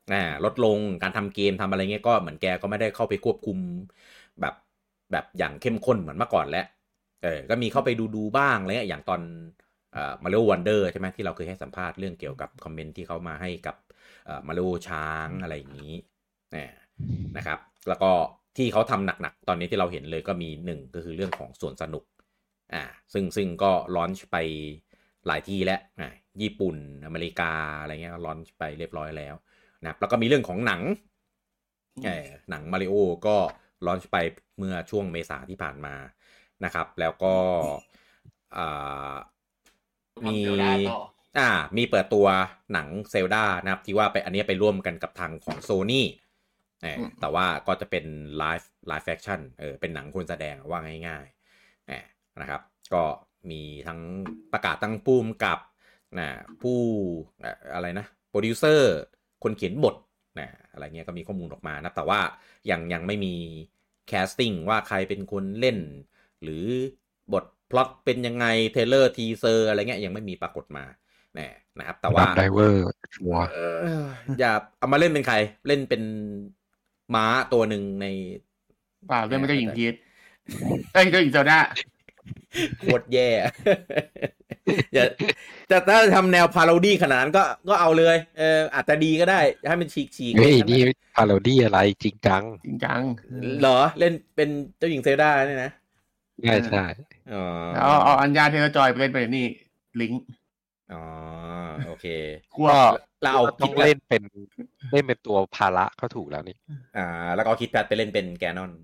อ่าลดลงการทำเกมทำอะไรเงี้ยก็เหมือนแกก็ไม่ได้เข้าไปควบคุมแบบแบบอย่างเข้มข้นเหมือนเมื่อก่อนแล้วเออก็มีเข้าไปดูดูบ้างอะไรเงี้ยอย่างตอนเอ่อ Mario Wonder ใช่ไหมที่เราเคยให้สัมภาษณ์เรื่องเกี่ยวกับคอมเมนต์ที่เขามาให้กับเอ่อ Mario ช้างอะไรอย่างนี้นะครับแล้วก็ที่เขาทำหนักๆตอนนี้ที่เราเห็นเลยก็มีหนึ่งก็คือเรื่องของสวนสนุกอ่าซึ่งซึ่งก็ลอนช์ไปหลายที่แล้วอ่าญี่ปุ่นอเมริกาอะไรเงี้ยลอนช์ไปเรียบร้อยแล้วนะแล้วก็มีเรื่องของหนังเออหนังมาริโอก็ลอนช์ไปเมื่อช่วงเมษาที่ผ่านมานะครับแล้วก็อ่ามีอ่ามีเปิดตัวหนังเซลดานะครับที่ว่าไปอันนี้ไปร่วมกันกับทางของโซนี่แต่ว่าก็จะเป็นไลฟ์ไลฟ์แฟคชั่นเออเป็นหนังคนแสดงว่าง่ายๆนะครับก็มีทั้งประกาศตั้งปุ่มกับนะผู้อะไรนะโปรดิวเซอร์คนเขียนบทนะอะไรเงี้ยก็มีข้อมูลออกมานะแต่ว่ายังยังไม่มีแคสติ้งว่าใครเป็นคนเล่นหรือบทพล็อตเป็นยังไงเทเลอร์ทีเซอร์อะไรเงี้ยยังไม่มีปรากฏมาแน่นะครับแต่ว่าไดเวอร์ชัวร์อย่าเอามาเล่นเป็นใครเล่นเป็นม้าตัวหนึ่งในเปล่าเล่นไม่ได้หญิงพีชเอ้ยเจ้าหญิงเซลดาโคตรแย่อย่าจะถ้าทำแนวพาโรดี้ขนาดนั้นก็ก็เอาเลยเอออาจจะดีก็ได้ให้มันฉีกๆเฮ้ยนี่พาโรดี้อะไรจริงจังจริงจังเหรอเล่นเป็นเจ้าหญิงเซลดาเนี่ยนะใช่ใช่อ๋อเอาเอาอัญญาเทเลจอยไปเล่นไปนี่ลิงก์อ๋อโอเคก็เราเอาต้องเล่นเป็นเล่นเป็นตัวภาระก็ถูกแล้วนี่อ่าแล้วก็คิดแพทไปเล่นเป็นแกนอน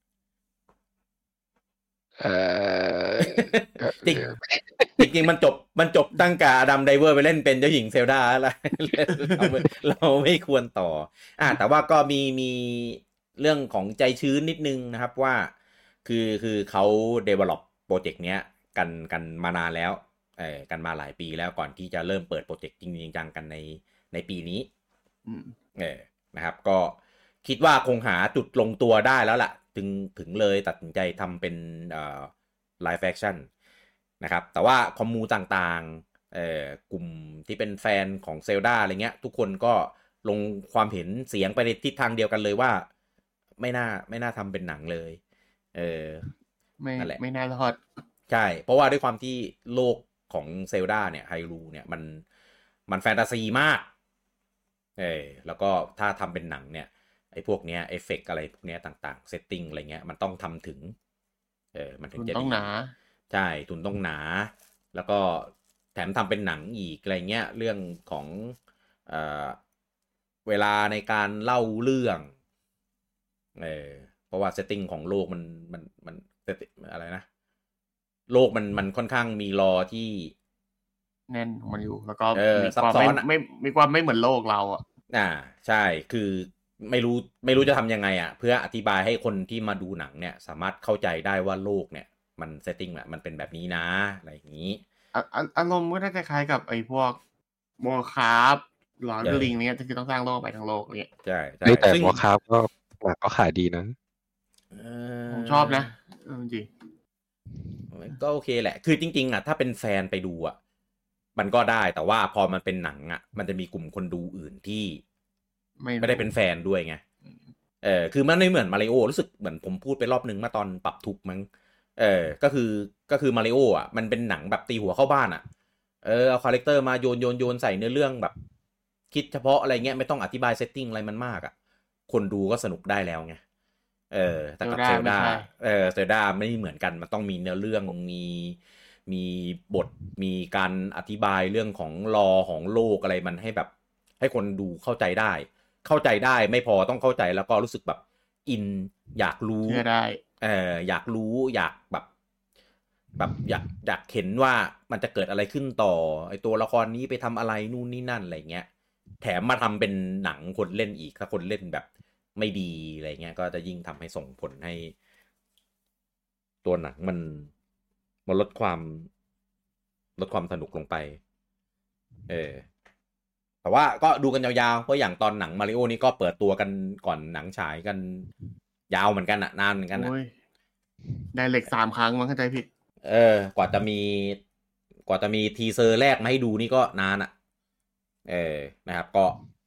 เออจริงจริงมันจบมันจบตั้งแต่อดัมไดเวอร์ไปเล่นเป็นเจ้าหญิงเซลดาอะไรเราเราไม่ควรต่ออ่าแต่ว่าก็มีมีเรื่องของใจชื้นนิดนึงนะครับว่าคือคือเขา develop โปรเจกต์เนี้ยกันกันมานานแล้วเออกันมาหลายปีแล้วก่อนที่จะเริ่มเปิดโปรเจกต์จริงๆจังกันในในปีนี้เออนะครับก็คิดว่าคงหาจุดลงตัวได้แล้วล่ะถึงถึงเลยตัดสินใจทำเป็นเอ่อไลฟ์แฟคชั่นนะครับแต่ว่าคอมมูต่างๆเอ่อกลุ่มที่เป็นแฟนของเซลดาอะไรเงี้ยทุกคนก็ลงความเห็นเสียงไปในทิศทางเดียวกันเลยว่าไม่น่าไม่น่าทำเป็นหนังเลยเออไม่ไม่น่ารอดใช่เพราะว่าด้วยความที่โลกของเซลดาเนี่ยไฮรูเนี่ยมันมันแฟนตาซีมากเออแล้วก็ถ้าทำเป็นหนังเนี่ยไอ้พวกเนี้ยเอฟเฟกต์อะไรพวกเนี้ยต่างๆเซตติ้งอะไรเงี้ยมันต้องทำถึงเออมันถึงจะต้องหนาใช่ทุนต้องหนาแล้วก็แถมทำเป็นหนังอีกอะไรเงี้ยเรื่องของเอ่อเวลาในการเล่าเรื่องเออเพราะว่าเซตติ้งของโลกมันมันมันอะไรนะโลกมันมันค่อนข้างมีรอที่แน่นของมันอยู่แล้วก็มีความไม่ไม่มีความไม่เหมือนโลกเราอ่ะอ่าใช่คือไม่รู้ไม่รู้จะทำยังไงอ่ะเพื่ออธิบายให้คนที่มาดูหนังเนี่ยสามารถเข้าใจได้ว่าโลกเนี่ยมันเซตติ้งอ่ะมันเป็นแบบนี้นะอะไรอย่างนี้อารมณ์ก็น่าจะคล้ายกับไอ้พวกโมคาร์ฟหลอนลิงเนี่ยคือต้องสร้างโลกไปทั้งโลกเนี่ยใช่ใช่แต่โมคาร์ฟก็หนักก็ขายดีนะผมชอบนะจริงก็โอเคแหละคือจริงๆอ่ะถ้าเป็นแฟนไปดูอ่ะมันก็ได้แต่ว่าพอมันเป็นหนังอ่ะมันจะมีกลุ่มคนดูอื่นที่ไม่ไม่ได้เป็นแฟนด้วยไงเออคือมันไม่เหมือนมาริโอรู้สึกเหมือนผมพูดไปรอบนึงเมื่อตอนปรับทุกมั้งเออก็คือก็คือมาริโออ่ะมันเป็นหนังแบบตีหัวเข้าบ้านอ่ะเออเอาคาแรคเตอร์มาโยนโยนโยนใส่เนื้อเรื่องแบบคิดเฉพาะอะไรเงี้ยไม่ต้องอธิบายเซตติ้งอะไรมันมากอ่ะคนดูก็สนุกได้แล้วไงเออแต่กับเซลดาเออเซลดาไม่เหมือนกันมันต้องมีเนื้อเรื่องมีมีบทมีการอธิบายเรื่องของลอของโลกอะไรมันให้แบบให้คนดูเข้าใจได้เข้าใจได้ไม่พอต้องเข้าใจแล้วก็รู้สึกแบบอินอยากรู้ได้เอออยากรู้อยากแบบแบบอยากอยากเห็นว่ามันจะเกิดอะไรขึ้นต่อไอตัวละครนี้ไปทำอะไรนู่นนี่นั่นอะไรเงี้ยแถมมาทำเป็นหนังคนเล่นอีกถ้าคนเล่นแบบไม่ดีอะไรเงี้ยก็จะยิ่งทำให้ส่งผลให้ตัวหนังมันมันลดความลดความสนุกลงไปเออแต่ว่าก็ดูกันยาวๆเพราะอย่างตอนหนังมาริโอนี่ก็เปิดตัวกันก่อนหนังฉายกันยาวเหมือนกันอะนานเหมือนกันอะได้เหล็กสามครั้งมั้งเข้าใจผิดเออกว่าจะมีกว่าจะมีทีเซอร์แรกมาให้ดูนี่ก็นานอะเออนะครับก็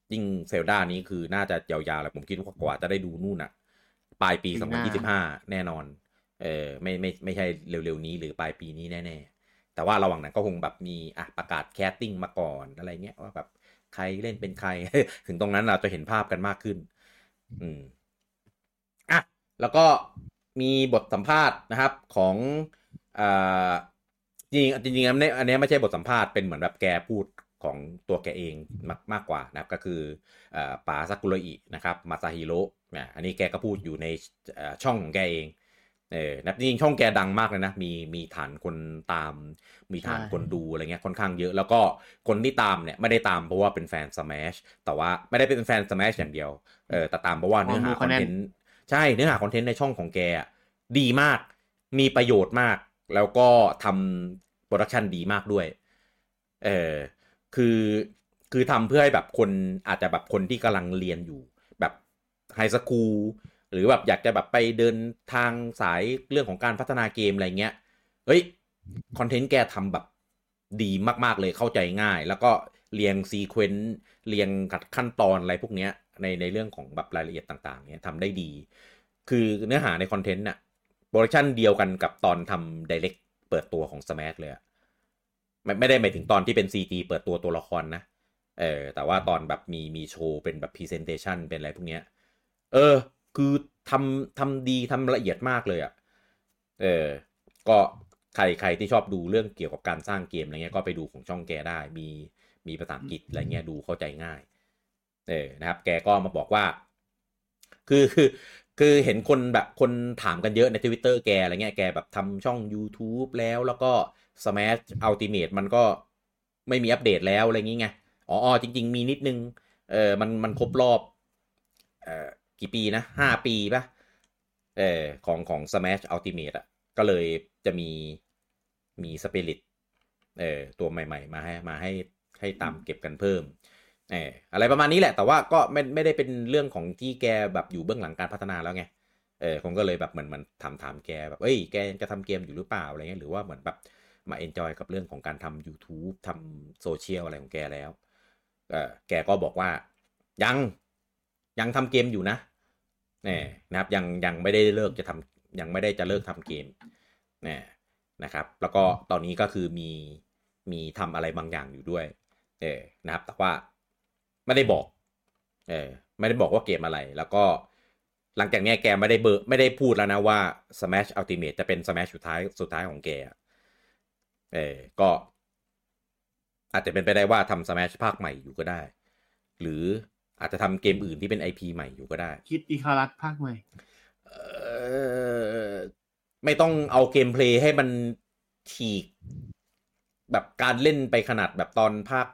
ยิ่งเซลดานี้คือน่าจะยาวๆแล้วผมคิดว่ากว่าจะได้ดูนู่นน่ะปลายปีสองพันยี่สิบห้าแน่นอนเออไม่ไม่ไม่ใช่เร็วๆนี้หรือปลายปีนี้แน่ๆแต่ว่าระหว่างนั้นก็คงแบบมีอ่ะประกาศแคสติ้งมาก่อนอะไรเงี้ยว่าแบบใครเล่นเป็นใคร ถึงตรงนั้นเราจะเห็นภาพกันมากขึ้นอืมอ่ะแล้วก็มีบทสัมภาษณ์นะครับของอ่าจริงจริงๆอันนี้อันนี้ไม่ใช่บทสัมภาษณ์เป็นเหมือนแบบแกพูดของตัวแกเองมากมากกว่านะครับก็คืออ่าป๋าซากุระอินะครับมาซาฮิโร่เนี่ยอันนี้แกก็พูดอยู่ในช่องของแกเองเออนะจริงๆช่องแกดังมากเลยนะมีมีฐานคนตามมีฐานคนดูอะไรเงี้ยค่อนข้างเยอะแล้วก็คนที่ตามเนี่ยไม่ได้ตามเพราะว่าเป็นแฟน Smash แต่ว่าไม่ได้เป็นแฟน Smash อย่างเดียวเออแต่ตามเพราะว่าเนื้อหาคอนเทนต์ใช่เนื้อหาคอนเทนต์ในช่องของแกดีมากมีประโยชน์มากแล้วก็ทำโปรดักชันดีมากด้วยเออคือคือทำเพื่อให้แบบคนอาจจะแบบคนที่กำลังเรียนอยู่แบบไฮสคูลหรือแบบอยากจะแบบไปเดินทางสายเรื่องของการพัฒนาเกมอะไรเงี้ยเฮ้ยคอนเทนต์แกทำแบบดีมากๆเลยเข้าใจง่ายแล้วก็เรียงซีเควนต์เรียงขั้นตอนอะไรพวกเนี้ยในในเรื่องของแบบรายละเอียดต่างๆเนี้ยทำได้ดีคือเนื้อหาในคอนเทนต์น่ะโปรดักชันเดียวกันกับตอนทำ Direct เปิดตัวของ Smash เลยอะไม่ไม่ได้หมายถึงตอนที่เป็น ซี จี เปิดตัวตัวละครนะเออแต่ว่าตอนแบบมีมีโชว์เป็นแบบ Presentation เป็นอะไรพวกเนี้ยเออคือทำทำดีทำละเอียดมากเลยอะเออก็ใครใครที่ชอบดูเรื่องเกี่ยวกับการสร้างเกมอะไรเงี้ยก็ไปดูของช่องแกได้มีมีภาษาอังกฤษอะไรเงี้ยดูเข้าใจง่ายเออนะครับแกก็มาบอกว่าคือคือคือเห็นคนแบบคนถามกันเยอะใน Twitter แกอะไรเงี้ยแกแบบทำช่อง YouTube แล้วแล้วก็ Smash Ultimate มันก็ไม่มีอัปเดตแล้วอะไรอย่างงี้ไงอ๋อจริงๆมีนิดนึงเออมันมันครบรอบเอ่อกี่ปีนะห้าปีป่ะเออของของ Smash Ultimate อ่ะก็เลยจะมีมีสปิริตเออตัวใหม่ๆมาให้มาให้ให้ตามเก็บกันเพิ่มเอออะไรประมาณนี้แหละแต่ว่าก็ไม่ไม่ได้เป็นเรื่องของที่แกแบบอยู่เบื้องหลังการพัฒนาแล้วไงเออผมก็เลยแบบเหมือนมันถามถามแกแบบเอ้ยแกจะทำเกมอยู่หรือเปล่าอะไรเงี้ยหรือว่าเหมือนแบบมาเอนจอยกับเรื่องของการทำ YouTube ทำโซเชียลอะไรของแกแล้วเออแกก็บอกว่ายังยังทำเกมอยู่นะเนี่ยนะครับยังยังไม่ได้เลิกจะทำยังไม่ได้จะเลิกทำเกมเนี่ยนะครับแล้วก็ตอนนี้ก็คือมีมีทำอะไรบางอย่างอยู่ด้วยเออนะครับแต่ว่าไม่ได้บอกเออไม่ได้บอกว่าเกมอะไรแล้วก็หลังจากนี้แกไม่ได้เบอร์ไม่ได้พูดแล้วนะว่า Smash Ultimate จะเป็น Smash สุดท้ายสุดท้ายของแกเออก็อาจจะเป็นไปได้ว่าทำ Smash ภาคใหม่อยู่ก็ได้หรืออาจจะทำเกมอื่นที่เป็น ไอ พี ใหม่อยู่ก็ได้คิดอีคารัสภาคใหม่เออไม่ต้องเอาเกมเพลย์ให้มันฉีกแบบการเล่นไปขนาดแบบตอนภาค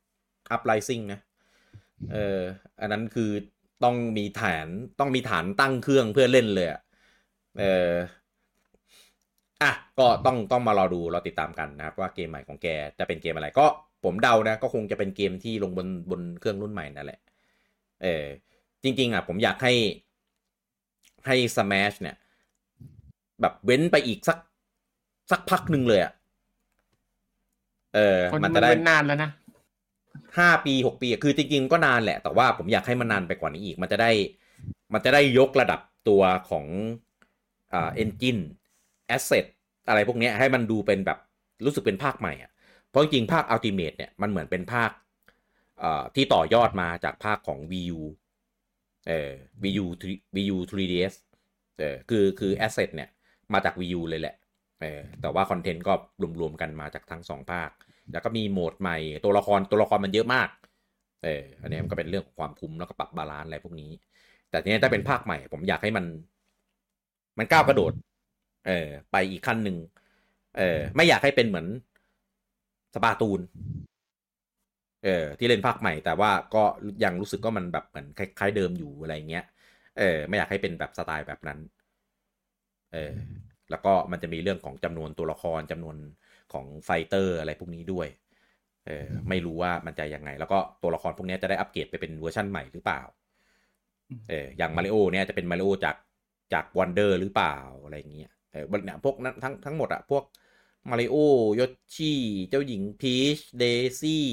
Uprising นะเอออันนั้นคือต้องมีฐานต้องมีฐานตั้งเครื่องเพื่อเล่นเลยอ่ะเอออ่ะก็ต้องต้องมารอดูเราติดตามกันนะครับว่าเกมใหม่ของแกจะเป็นเกมอะไรก็ผมเดานะก็คงจะเป็นเกมที่ลงบนบนเครื่องรุ่นใหม่นั่นแหละเออจริงๆอ่ะผมอยากให้ให้ Smash เนี่ยแบบเว้นไปอีกสักสักพักหนึ่งเลยอ่ะเออมันจะได้นานแล้วนะห้าปีหกปีคือจริงๆก็นานแหละแต่ว่าผมอยากให้มันนานไปกว่านี้อีกมันจะได้มันจะได้ยกระดับตัวของอ่า engine asset อะไรพวกนี้ให้มันดูเป็นแบบรู้สึกเป็นภาคใหม่อ่ะเพราะจริงๆภาค Ultimate เนี่ยมันเหมือนเป็นภาคอ่าที่ต่อยอดมาจากภาคของ Wii U เอ่อ Wii U Wii U ทรี ดี เอส เออคือคือ asset เนี่ยมาจาก Wii U เลยแหละเออแต่ว่าคอนเทนต์ก็รวมๆกันมาจากทั้งสองภาคแล้วก็มีโหมดใหม่ตัวละครตัวละครมันเยอะมากเอออันนี้มันก็เป็นเรื่องของความคุ้มแล้วก็ปรับบาลานซ์อะไรพวกนี้แต่เนี้ยถ้าเป็นภาคใหม่ผมอยากให้มันมันก้าวกระโดดเออไปอีกขั้นหนึ่งเออไม่อยากให้เป็นเหมือนสปาตูนเออที่เล่นภาคใหม่แต่ว่าก็ยังรู้สึกว่ามันแบบเหมือนคล้ายๆเดิมอยู่อะไรเงี้ยเออไม่อยากให้เป็นแบบสไตล์แบบนั้นเออแล้วก็มันจะมีเรื่องของจำนวนตัวละครจำนวนของไฟเตอร์อะไรพวกนี้ด้วยเออไม่รู้ว่ามันจะยังไงแล้วก็ตัวละครพวกนี้จะได้อัปเกรดไปเป็นเวอร์ชั่นใหม่หรือเปล่าเอออย่างมาริโอเนี่ยจะเป็นมาริโอจากจากวันเดอร์หรือเปล่าอะไรอย่างเงี้ยเออเนี่ยพวกนั้นทั้งทั้งหมดอะพวกมาริโอยอชิเจ้าหญิงพีชเดซี่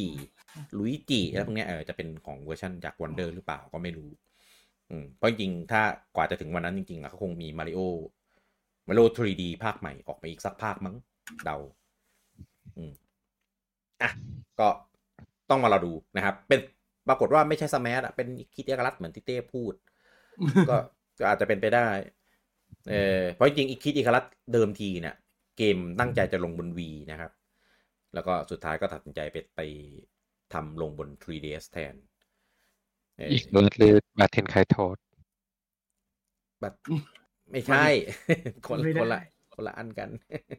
ลุยจิแล้วพวกเนี้ยเออจะเป็นของเวอร์ชันจาก Wonder หรือเปล่าก็ไม่รู้อืมเพราะจริงๆถ้ากว่าจะถึงวันนั้นจริงๆอ่ะเขาคงมี Mario Mario ทรี ดี ภาคใหม่ออกมาอีกสักภาคมั้งเดาอืมอ่ะก็ต้องมารอดูนะครับเป็นปรากฏว่าไม่ใช่สแมชอ่ะเป็นคิดเอกลักษณ์เหมือนที่เต้พูด ก็ก็อาจจะเป็นไปได้เออเพราะจริงๆอีกคิดเอกลักษณ์เดิมทีเนี่ยเกมตั้งใจจะลงบน V นะครับแล้วก็สุดท้ายก็ตัดสินใจไปไปทำลงบน ทรี ดี เอส แทนอีกเบิร์ดเลยบาเทนไคโทสบัตไม่ใช่ คนคนละคนละอันกัน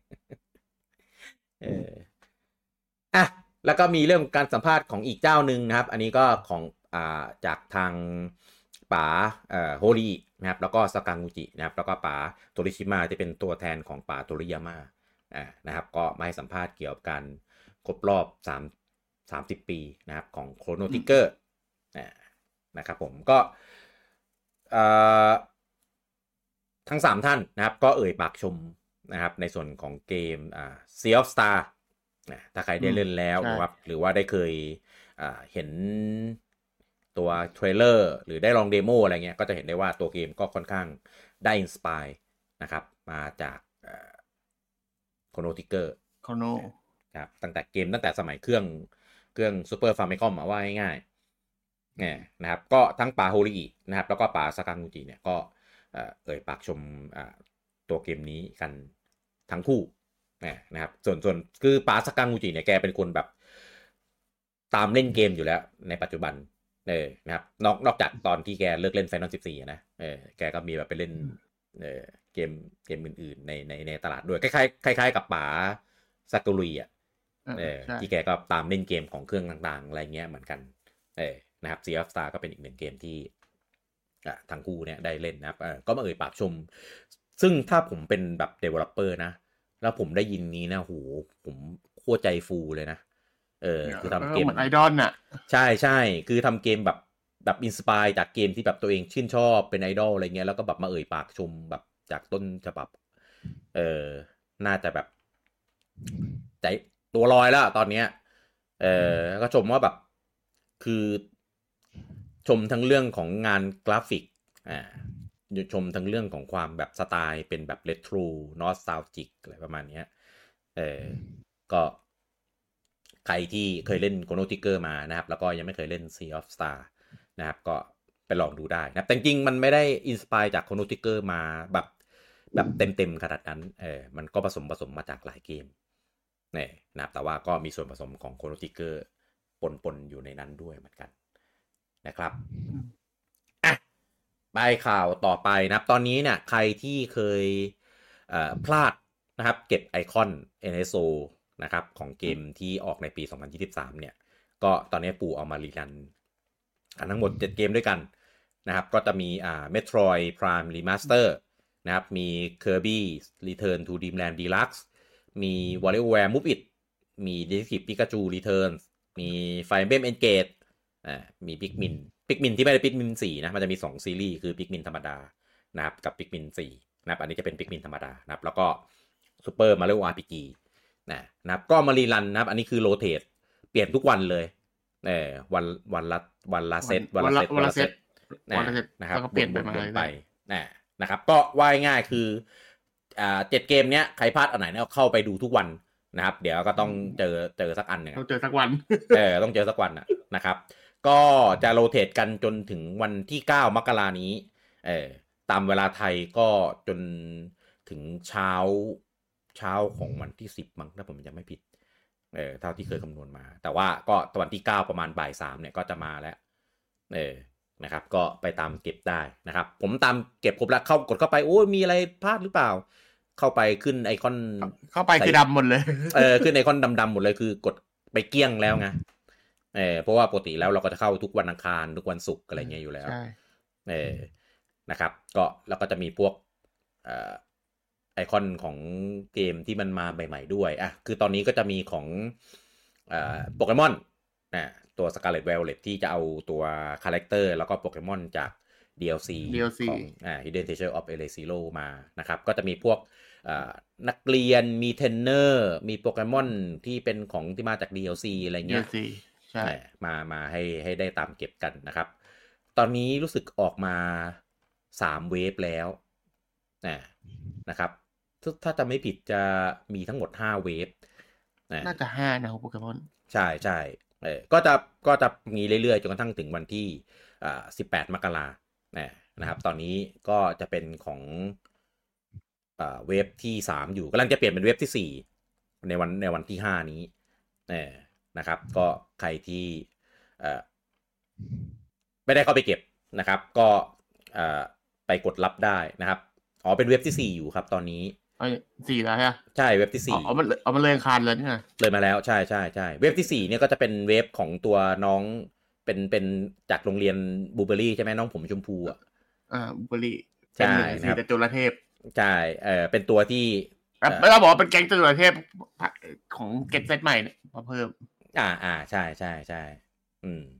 เอออ่ะแล้วก็มีเรื่องการสัมภาษณ์ของอีกเจ้าหนึ่งนะครับอันนี้ก็ของอ่าจากทางป๋าเอ่อโฮรินะครับแล้วก็สกังุจินะครับแล้วก็ป๋าโทริชิมะที่เป็นตัวแทนของป๋าโทริยาม่าอ่านะครับก็มาให้สัมภาษณ์เกี่ยวกับการครบรอบสามสามสิบปีนะครับของโครโนทิกเกอร์อ่านะครับผมก็เอ่อทั้งสามท่านนะครับก็เอ่ยปากชมนะครับในส่วนของเกมอ่า Sea of Star นะถ้าใครได้เล่นแล้วนะครับหรือว่าได้เคยอ่าเห็นตัวเทรลเลอร์หรือได้ลองเดโมอะไรเงี้ยก็จะเห็นได้ว่าตัวเกมก็ค่อนข้างได้อินสปายนะครับมาจากโคโนทิกเกอร์โคโนครับตั้งแต่เกมตั้งแต่สมัยเครื่องเครื่องซูเปอร์ฟาร์มิคอมมาว่าง่ายๆเนี่ยนะครับก็ทั้งป๋าโฮรินะครับแล้วก็ป๋าซากางูจิเนี่ยก็เอ่ยปากชมตัวเกมนี้กันทั้งคู่นะครับส่วนส่วนคือป๋าซากางูจิเนี่ยแกเป็นคนแบบตามเล่นเกมอยู่แล้วในปัจจุบันเออนะครับนอกนอกจากตอนที่แกเลิกเล่น Final สิบสี่นะเออแกก็มีแบบไปเล่นเออเกมเกมอื่นๆในในในตลาดด้วยคล้ายๆคล้ายๆกับป๋าซากุรุยอ่ะเออที่แกก็ตามเล่นเกมของเครื่องต่างๆอะไรเงี้ยเหมือนกันเออนะครับ Sea of Star ก็เป็นอีกหนึ่งเกมที่อ่ะทั้งคู่เนี่ยได้เล่นนะครับเออก็มาเอ่ยปากชมซึ่งถ้าผมเป็นแบบ developer นะแล้วผมได้ยินนี้นะโหผมโคตรใจฟูเลยนะเออคือทำเกมเหมือนไอดอลน่ะใช่ใช่คือทำเกมแบบแบบอินสปายจากเกมที่แบบตัวเองชื่นชอบเป็นไอดอลอะไรเงี้ยแล้วก็แบบมาเอ่ยปากชมแบบจากต้นฉบับเออน่าจะแบบใจตัวลอยแล้วตอนเนี้ยเออก็ชมว่าแบบคือชมทั้งเรื่องของงานกราฟิกอ่าชมทั้งเรื่องของความแบบสไตล์เป็นแบบเรโทรนอสตาลจิกอะไรประมาณนี้เออก็ใครที่เคยเล่น Chrono Trigger มานะครับแล้วก็ยังไม่เคยเล่น Sea of Star นะครับก็ไปลองดูได้นะครับแต่จริงๆมันไม่ได้อินสปายจาก Chrono Trigger มาแบบแบบเต็มๆขนาดนั้นเออมันก็ผสมผสมมาจากหลายเกมเนี่ยนะครับแต่ว่าก็มีส่วนผสมของ Chrono Trigger ปนๆอยู่ในนั้นด้วยเหมือนกันนะครับอ่ะไปข่าวต่อไปนะครับตอนนี้เนี่ยใครที่เคยเอ่อพลาดนะครับเก็บไอคอน เอ็น เอส โอ นะครับของเกมที่ออกในปีสองพันยี่สิบสามเนี่ยก็ตอนนี้ปู่เอามารีรันทั้งหมดเจ็ดเกมด้วยกันนะครับก็จะมีอ่า Metroid Prime Remaster นะครับมี Kirby Return to Dreamland Deluxe มี WarioWare Move It มี Detective Pikachu Returns มี Fire Emblem Engage อ่ามี Pikmin Pikmin ที่ไม่ได้ Pikmin สี่นะมันจะมีสองซีรีส์คือ Pikmin ธรรมดานะครับกับ Pikmin สี่นะครับอันนี้จะเป็น Pikmin ธรรมดานะครับแล้วก็ Super Mario อาร์ พี จี นะนะครับก็มารีรันนะครับอันนี้คือโรเตทเปลี่ยนทุกวันเลยเออวันวันละวันละเซตวันละเซตวันละเซตนะครับก็เปลี่ยนไปไปนะนะครับก็ว่ายง่ายคืออ่าเจ็ดเกมเนี้ยใครพลาดอันไหนเนี่ยเข้าไปดูทุกวันนะครับเดี๋ยวก็ต้องเจอเจอสักอันหนึ่งต้องเจอสักวันเออต้องเจอสักวันนะครับก็จะโรเตทกันจนถึงวันที่เก้ามกราคมนี้เออตามเวลาไทยก็จนถึงเช้าเช้าของวันที่สิบมั้งถ้าผมจำไม่ผิดเออเท่าที่เคยคำนวณมาแต่ว่าก็วันที่เก้าประมาณบ่ายสามเนี่ยก็จะมาแล้วเออนะครับก็ไปตามเก็บได้นะครับผมตามเก็บครบแล้วเข้ากดเข้าไปโอ้ยมีอะไรพลาดหรือเปล่าเข้าไปขึ้นไอคอนเข้าไปคือดำหมดเลยเออขึ้นไอคอนดำๆหมดเลยคือกดไปเกลี้ยงแล้วไงเออเพราะว่าปกติแล้วเราก็จะเข้าทุกวันอังคารทุกวันศุกร์อะไรเงี้ยอยู่แล้วเออนะครับก็แล้วก็จะมีพวกเอ่อไอคอนของเกมที่มันมาใหม่ๆด้วยอ่ะคือตอนนี้ก็จะมีของเอ่อโปเกมอนนะตัว Scarlet Violet ที่จะเอาตัวคาแรคเตอร์แล้วก็โปเกมอนจาก ดี แอล ซี ของอ่า Hidden Treasure of Area Zero มานะครับก็จะมีพวกนักเรียนมีเทรนเนอร์มีโปเกมอนที่เป็นของที่มาจาก ดี แอล ซี อะไรเงี้ยใช่มามาให้ให้ได้ตามเก็บกันนะครับตอนนี้รู้สึกออกมาสามเวฟแล้วนะครับถ้าจะไม่ผิดจะมีทั้งหมดห้าเวฟน่าจะห้านะโปเกมอนใช่ใช่เออก็จะก็จะมีเรื่อยๆจนกระทั่งถึงวันที่อ่าสิบแปดมกราคมนะครับตอนนี้ก็จะเป็นของอ่าเวฟที่สามอยู่กำลังจะเปลี่ยนเป็นเวฟที่สี่ในวันในวันที่ห้านี้เออนะครับก็ใครที่เอ่อไม่ได้เข้าไปเก็บนะครับก็เอ่อไปกดรับได้นะครับอ๋อเป็นเว็บที่สี่อยู่ครับตอนนี้อ๋อสี่แล้วใช่ใช่เว็บที่สี่อ๋อมันเอามันเลยคานเลยนี่นะเลยมาแล้วใช่ใช่ใช่เว็บที่สี่เนี่ยก็จะเป็นเว็บของตัวน้องเป็นเป็นจากโรงเรียนบูเบอรี่ใช่ไหมน้องผมชมพูอ่ะอ่าบูเบอรี่ใช่นะครับแต่จุลเทพใช่เออเป็นตัวที่ไม่ต้องบอกว่าเป็นแก๊งจุลเทพของเก็ตเซตใหม่เนี่ยมาเพิ่มอ่าอ่าใช่ใช่ใช่อืม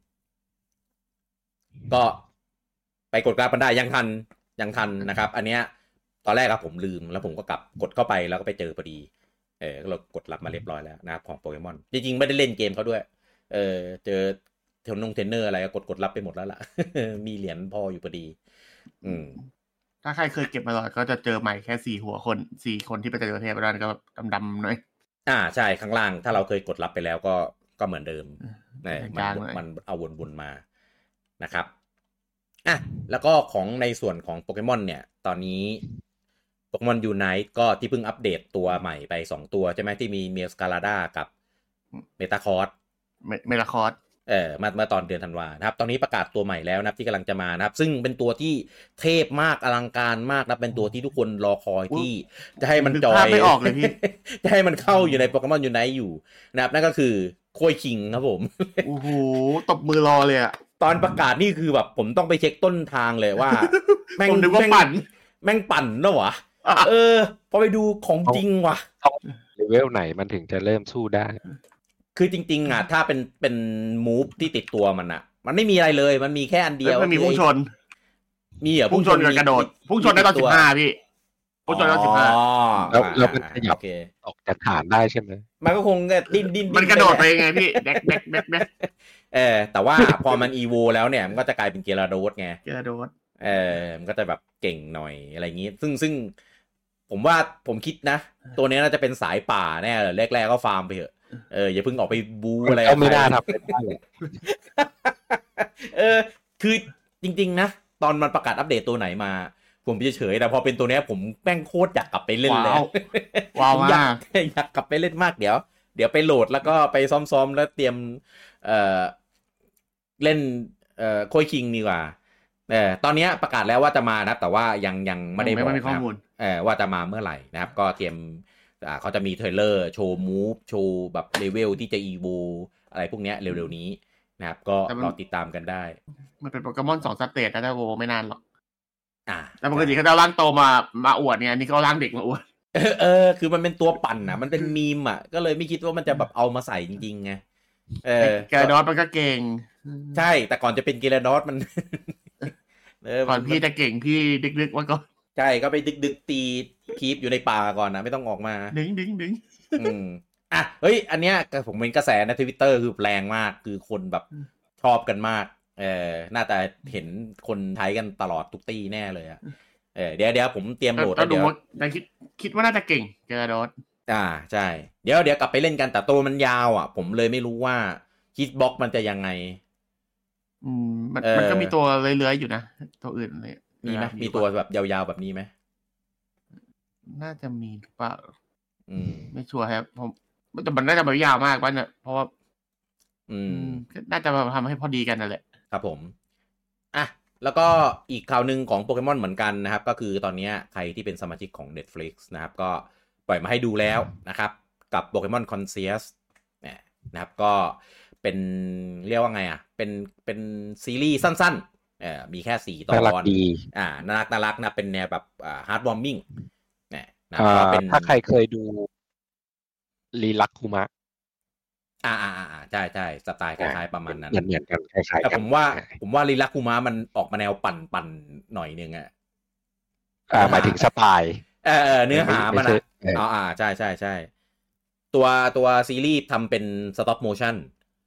ก็ไปกดกราฟกันได้ยังทันยังทันนะครับอันเนี้ยตอนแรกอะผมลืมแล้วผมก็กลับกดเข้าไปแล้วก็ไปเจอพอดีเออเรากดรับมาเรียบร้อยแล้วนะครับของโปเกมอนจริงๆไม่ได้เล่นเกมเขาด้วยเออเจอเทรนนงเทรนเนอร์อะไรก็กดกดรับไปหมดแล้วล่ะ มีเหรียญพออยู่พอดีอืมถ้าใครเคยเก็บมาหน่อยก็จะเจอใหม่แค่สี่หัวคนสี่คนที่ไปเจอเทพแล้วก็ดำๆหน่อยอ่าใช่ข้างล่างถ้าเราเคยกดรับไปแล้วก็ก็เหมือนเดิมเนี่ยมันมันเอาวนๆมานะครับอ่ะแล้วก็ของในส่วนของโปเกมอนเนี่ยตอนนี้โปเกมอนยูไนต์ก็ที่เพิ่งอัปเดตตัวใหม่ไปสองตัวใช่ไหมที่มีเมลสกาลาดากับเมตาคอร์สเมตาคอร์สเออมาเมื่อตอนเดือนธันวานะครับตอนนี้ประกาศตัวใหม่แล้วนะครับที่กำลังจะมานะครับซึ่งเป็นตัวที่เทพมากอลังการมากนะเป็นตัวที่ทุกคนรอคอยที่จะให้มันจอยไม่ออกเลยพี่จะให้มันเข้าอยู่ในโปเกมอนยูไนต์อยู่นะครับนั่นก็คือโคยคิงครับผมโอ้โหตบมือรอเลยอะตอนประกาศนี่คือแบบผมต้องไปเช็คต้นทางเลยว่าแม่งแม่งปั่นแม่งปั่นนะวะเออพอไปดูของจริงว่ะเลเวลไหนมันถึงจะเริ่มสู้ได้คือจริงๆอ่ะถ้าเป็นเป็นมูฟที่ติดตัวมันอ่ะมันไม่มีอะไรเลยมันมีแค่อันเดียวมันมีพุ่งชนมีเหรอพุ่งชนกับกระโดดพุ่งชนได้ตอนสิบห้าพี่พุ่งชนได้ตอนสิบห้าแล้วแล้วมันขยับออกจากฐานได้ใช่ไหมมันก็คงดิ้นดิ้นมันกระโดดไปไงพี่แบ็คแบ็คแบ็คแบ็คเออแต่ว่าพอมันอีโวแล้วเนี่ยมันก็จะกลายเป็นเกราโดสไงเกราโดสเออมันก็จะแบบเก่งหน่อยอะไรอย่างงี้ซึ่งซึ่งผมว่าผมคิดนะตัวนี้น่าจะเป็นสายป่าแน่เลยแรกๆก็ฟาร์มไปเถอะเอออย่าเพิ่งออกไปบูอะไรก็ไม่ได้ทำไม่ได้เลยเออคือจริงๆนะตอนมันประกาศอัปเดตตัวไหนมาผมเฉยๆแต่พอเป็นตัวนี้ผมแป้งโคตรอยากกลับไปเล่นเลยว้าวอยากอยากกลับไปเล่นมากเดี๋ยวเดี๋ยวไปโหลดแล้วก็ไปซ้อมๆแล้วเตรียมเอ่อเล่นเอ่อโคยคิงดีกว่าเออตอนนี้ประกาศแล้วว่าจะมานะแต่ว่ายังยังไม่ได้บอกนะเออว่าจะมาเมื่อไหร่นะครับก็เตรียมอ่าเขาจะมีเทรลเลอร์โชว์มูฟโชว์แบบเลเวลที่จะอีโวอะไรพวกนี้เร็วๆนี้นะครับก็รอติดตามกันได้มันเป็นโปเกมอนสองสเตจนะถ้าโวไม่นานหรอกอ่าแล้วปกติเขาจะร่างโตมามาอวดเนี่ยนี่เขาร่างเด็กมาอวดเออเออคือมันเป็นตัวปั่นอ่ะมันเป็นมีมอ่ะก็เลยไม่คิดว่ามันจะแบบเอามาใส่จริงๆไงเออเกราดอสมันก็เก่งใช่แต่ก่อนจะเป็นเกราดอสมันเออก่อนพี่จะเก่งพี่ดึกๆมาก่อนใช่ก็ไปดึกๆตีคีปอยู่ในป่าก่อนนะไม่ต้องออกมาดึงดึงดึงอืมอ่ะเฮ้ยอันเนี้ยผมเห็นกระแสใน Twitter คือแรงมากคือคนแบบชอบกันมากเออน่าจะเห็นคนใช้กันตลอดทุกตีแน่เลยอ่ะเออเดี๋ยวเดี๋ยวผมเตรียมโหลดแล้วเดี๋ยวคิดคิดว่าน่าจะเก่งเกราดอสอ่าใช่เดี๋ยวเดี๋ยวกลับไปเล่นกันแต่ตัวมันยาวอ่ะผมเลยไม่รู้ว่าฮิตบ็อกมันจะยังไงอืมมันมันก็มีตัวเลื้อยๆอยู่นะตัวอื่นเลยมีไหมมีตัวแบบยาวๆแบบนี้ไหมน่าจะมีหรือเปล่าอืมไม่ชัวร์ครับผมแต่มันน่าจะไม่ยาวมากป่ะเนี่ยเพราะว่าอืมน่าจะทำให้พอดีกันนั่นแหละครับผมอ่ะแล้วก็อีกข่าวนึงของโปเกมอนเหมือนกันนะครับก็คือตอนนี้ใครที่เป็นสมาชิกของ Netflix นะครับก็ปล่อยมาให้ดูแล้วนะครับกับ Pokemon Concierge นะครับก็เป็นเรียกว่าไงอ่ะเป็นเป็นซีรีส์สั้นๆเอ่อมีแค่สี่ตอนอ่าน่ารักน่ารักนะเป็นแนวแบบอ่าฮาร์ดวอร์มิ่งเนี่ยนะก็เป็นถ้าใครเคยดูลีลักคุมะอ่าอ่าอ่าใช่ใช่สไตล์คล้ายๆประมาณนั้นเหมือนกันคล้ายๆแต่ผมว่าผมว่าลีลักคุมะมันออกมาแนวปั่นๆหน่อยนึงอ่ะอ่าหมายถึงสไตล์เออเนื้อหามันอ่ะอ๋ออ่าใช่ใช่ใช่ตัวตัวซีรีส์ทำเป็น stop motion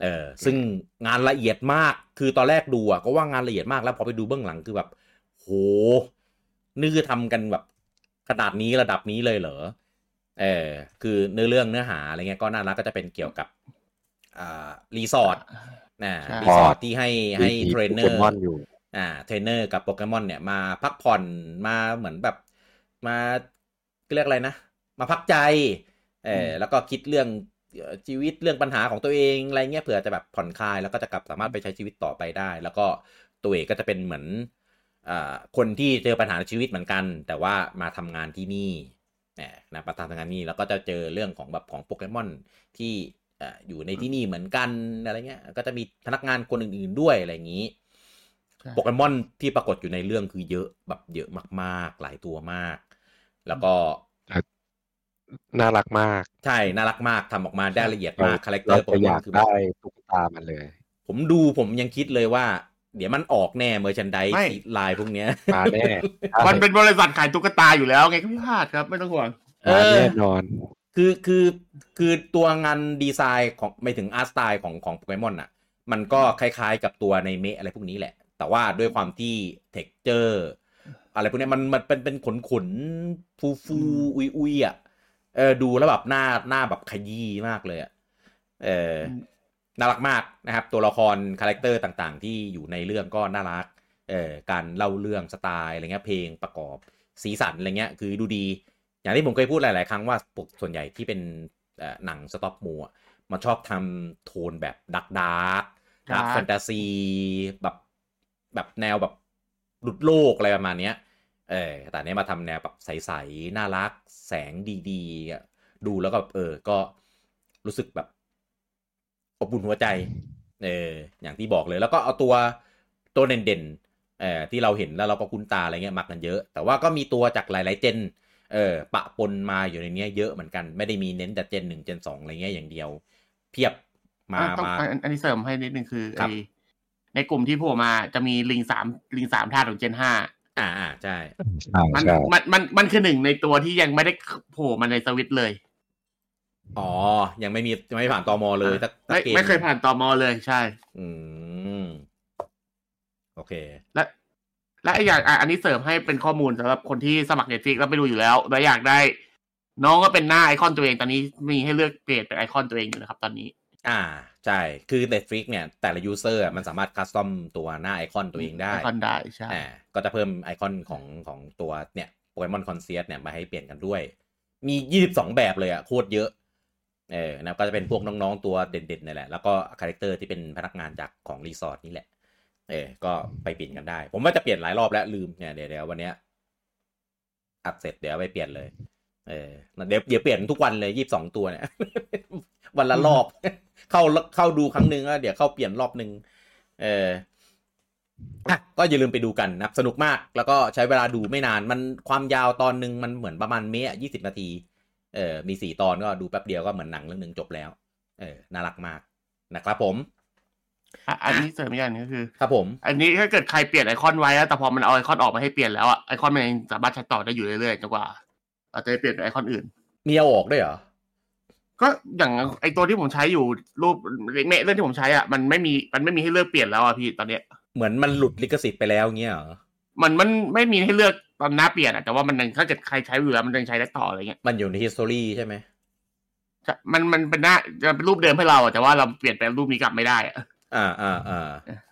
เออซึ่งงานละเอียดมากคือตอนแรกดูอ่ะก็ว่างานละเอียดมากแล้วพอไปดูเบื้องหลังคือแบบโหนี่คือทำกันแบบขนาดนี้ระดับนี้เลยเหรอเออคือเนื้อเรื่องเนื้อหาอะไรเงี้ยก็น่ารักก็จะเป็นเกี่ยวกับอ่ารีสอร์ทนะรีสอร์ทที่ให้ให้เทรนเนอร์อ่าเทรนเนอร์กับโปเกมอนเนี่ยมาพักผ่อนมาเหมือนแบบมาเรียกอะไรนะมาพักใจเออแล้วก็คิดเรื่องชีวิตเรื่องปัญหาของตัวเองอะไรเงี้ยเผื่อจะแบบผ่อนคลายแล้วก็จะกลับสามารถไปใช้ชีวิตต่อไปได้แล้วก็ตัวเอกก็จะเป็นเหมือนอ่าคนที่เจอปัญหาในชีวิตเหมือนกันแต่ว่ามาทำงานที่นี่นะประธานทำงานนี่แล้วก็จะเจอเรื่องของแบบของโปเกมอนที่อยู่ในที่นี่เหมือนกันอะไรเงี้ยก็จะมีพนักงานคนอื่นๆด้วยอะไรอย่างนี้โปเกมอนที่ปรากฏอยู่ในเรื่องคือเยอะแบบเยอะมากๆหลายตัวมากแล้วก็น่ารักมากใช่น่ารักมากทำออกมาได้ละเอียดมากคาแรคเตอร์โปเกมอนคือได้ตุ๊กตามันเลยผมดูผมยังคิดเลยว่าเดี๋ยวมันออกแน่เมอร์แชนไดส์ไลน์พวกเนี้ยมาแน่มันเป็นบริษัทขายตุ๊กตาอยู่แล้วไงก็ไม่พลาดครับไม่ต้องห่วงมาแน่นอนคือคือคือตัวงานดีไซน์ของไม่ถึงอาร์ตสไตล์ของของโปเกมอนอ่ะมันก็คล้ายๆกับตัวในเมะอะไรพวกนี้แหละแต่ว่าด้วยความที่เท็กเจอร์อะไรพวกนี้มันมันเป็นเป็นขนขนฟูฟูอุยอุยอ่ะเออดูแล้วแบบหน้าหน้าแบบขยี้มากเลยอ่ะเออน่ารักมากนะครับตัวละครคาแรคเตอร์ต่างๆที่อยู่ในเรื่องก็น่ารักเออการเล่าเรื่องสไตล์อะไรเงี้ยเพลงประกอบสีสันอะไรเงี้ยคือดูดีอย่างที่ผมเคยพูดหลายๆครั้งว่าส่วนใหญ่ที่เป็นหนังสต็อปมูอ่ะมันชอบทำโทนแบบดักดาร์กดาร์กแฟนตาซีแบบแบบแนวแบบหลุดโลกอะไรประมาณนี้เออแต่เนี้ยมาทำแนวแบบใสๆน่ารักแสงดีๆดูแล้วก็เออก็รู้สึกแบบอบอุ่นหัวใจเอออย่างที่บอกเลยแล้วก็เอาตัวตัวเด่นๆเออที่เราเห็นแล้วเราก็คุ้นตาอะไรเงี้ยมักกันเยอะแต่ว่าก็มีตัวจากหลายๆเจนเออปะปนมาอยู่ในนี้เยอะเหมือนกันไม่ได้มีเน้นแต่เจนหนึ่งเจนสองอะไรเงี้ยอย่างเดียวเพียบมามาอันนี้เสริมให้นิดนึงคือไอในกลุ่มที่โผล่มาจะมีลิงสามลิงสามธาตุของเจนห้าอ่าอ่าใช่มันมันมันมันคือหนึ่งในตัวที่ยังไม่ได้โผล่มาในสวิตเลยอ๋อยังไม่มีไม่ผ่านตมเลยไม่ไม่เคยผ่านตมเลยใช่อืมโอเคและและอีกอย่างอันนี้เสริมให้เป็นข้อมูลสำหรับคนที่สมัคร Netflix แล้วไปดูอยู่แล้วแล้วอยากได้น้องก็เป็นหน้าไอคอนตัวเองตอนนี้มีให้เลือกเปลี่ยนเป็นไอคอนตัวเองอยู่นะครับตอนนี้อ่าใช่คือ Netflix เนี่ยแต่ละยูเซอร์มันสามารถคัสตอมตัวหน้าไอคอนตัวเองได้ไอคอนได้ใช่อ่าก็จะเพิ่มไอคอนของของตัวเนี่ย Pokemon Concierge เนี่ยมาให้เปลี่ยนกันด้วยมียี่สิบสองแบบเลยอ่ะโคตรเยอะเออนะก็จะเป็นพวกน้องๆตัวเด่นๆนี่แหละแล้วก็คาแรคเตอร์ที่เป็นพนักงานจากของรีสอร์ทนี่แหละเออก็ไปเปลี่ยนกันได้ผมว่าจะเปลี่ยนหลายรอบแล้วลืมเนี่ยเดี๋ยวเดี๋ยววันเนี้ยอัดเสร็จเดี๋ยวไปเปลี่ยนเลยเออเดี๋ยวเดี๋ยวเปลี่ยนทุกวันเลยยี่สิบสองตัวเนี่ยวันละรอบเข้าเข้าดูครั้งนึงแล้วเดี๋ยวเข้าเปลี่ยนรอบนึงเอออ่ะก็อย่าลืมไปดูกันนะสนุกมากแล้วก็ใช้เวลาดูไม่นานมันความยาวตอนนึงมันเหมือนประมาณเมะยี่สิบนาทีเออมีสี่ตอนก็ดูแป๊บเดียวก็เหมือนหนังเรื่องนึงจบแล้วเออน่ารักมากนะครับผมอันนี้เสริมอีกอย่างนึงก็คือครับผมอันนี้ถ้าเกิดใครเปลี่ยนไอคอนไว้แต่พอมันเอาไอคอนออกมาให้เปลี่ยนแล้วอ่ะไอคอนมันยังสามารถใช้ต่อได้อยู่เรื่อยๆจนกว่าอาจจะเปลี่ยนเป็นไอคอนอื่นมีเอาออกด้วยเหรอก็อย่างไอตัวที่ผมใช้อยู่รูปเมะเรื่องที่ผมใช้อ่ะมันไม่มีมันไม่มีให้เลือกเปลี่ยนแล้วอ่ะพี่ตอนเนี้ยเหมือนมันหลุดลิขสิทธิ์ไปแล้วเงี้ยเหรอมันมันไม่มีให้เลือกตอนหน้าเปลี่ยนอ่ะแต่ว่ามันถ้าเกิดใครใช้อยู่แล้วมันยังใช้ได้ต่ออะไรเงี้ยมันอยู่ใน history ใช่ไหมมันมันเป็นหน้าจะเป็นรูปเดิมให้เราแต่ว่าเราเปลี่ยนแปลงรูปนี้กลับไม่ได้อ่ะอ่าอ่าอ่า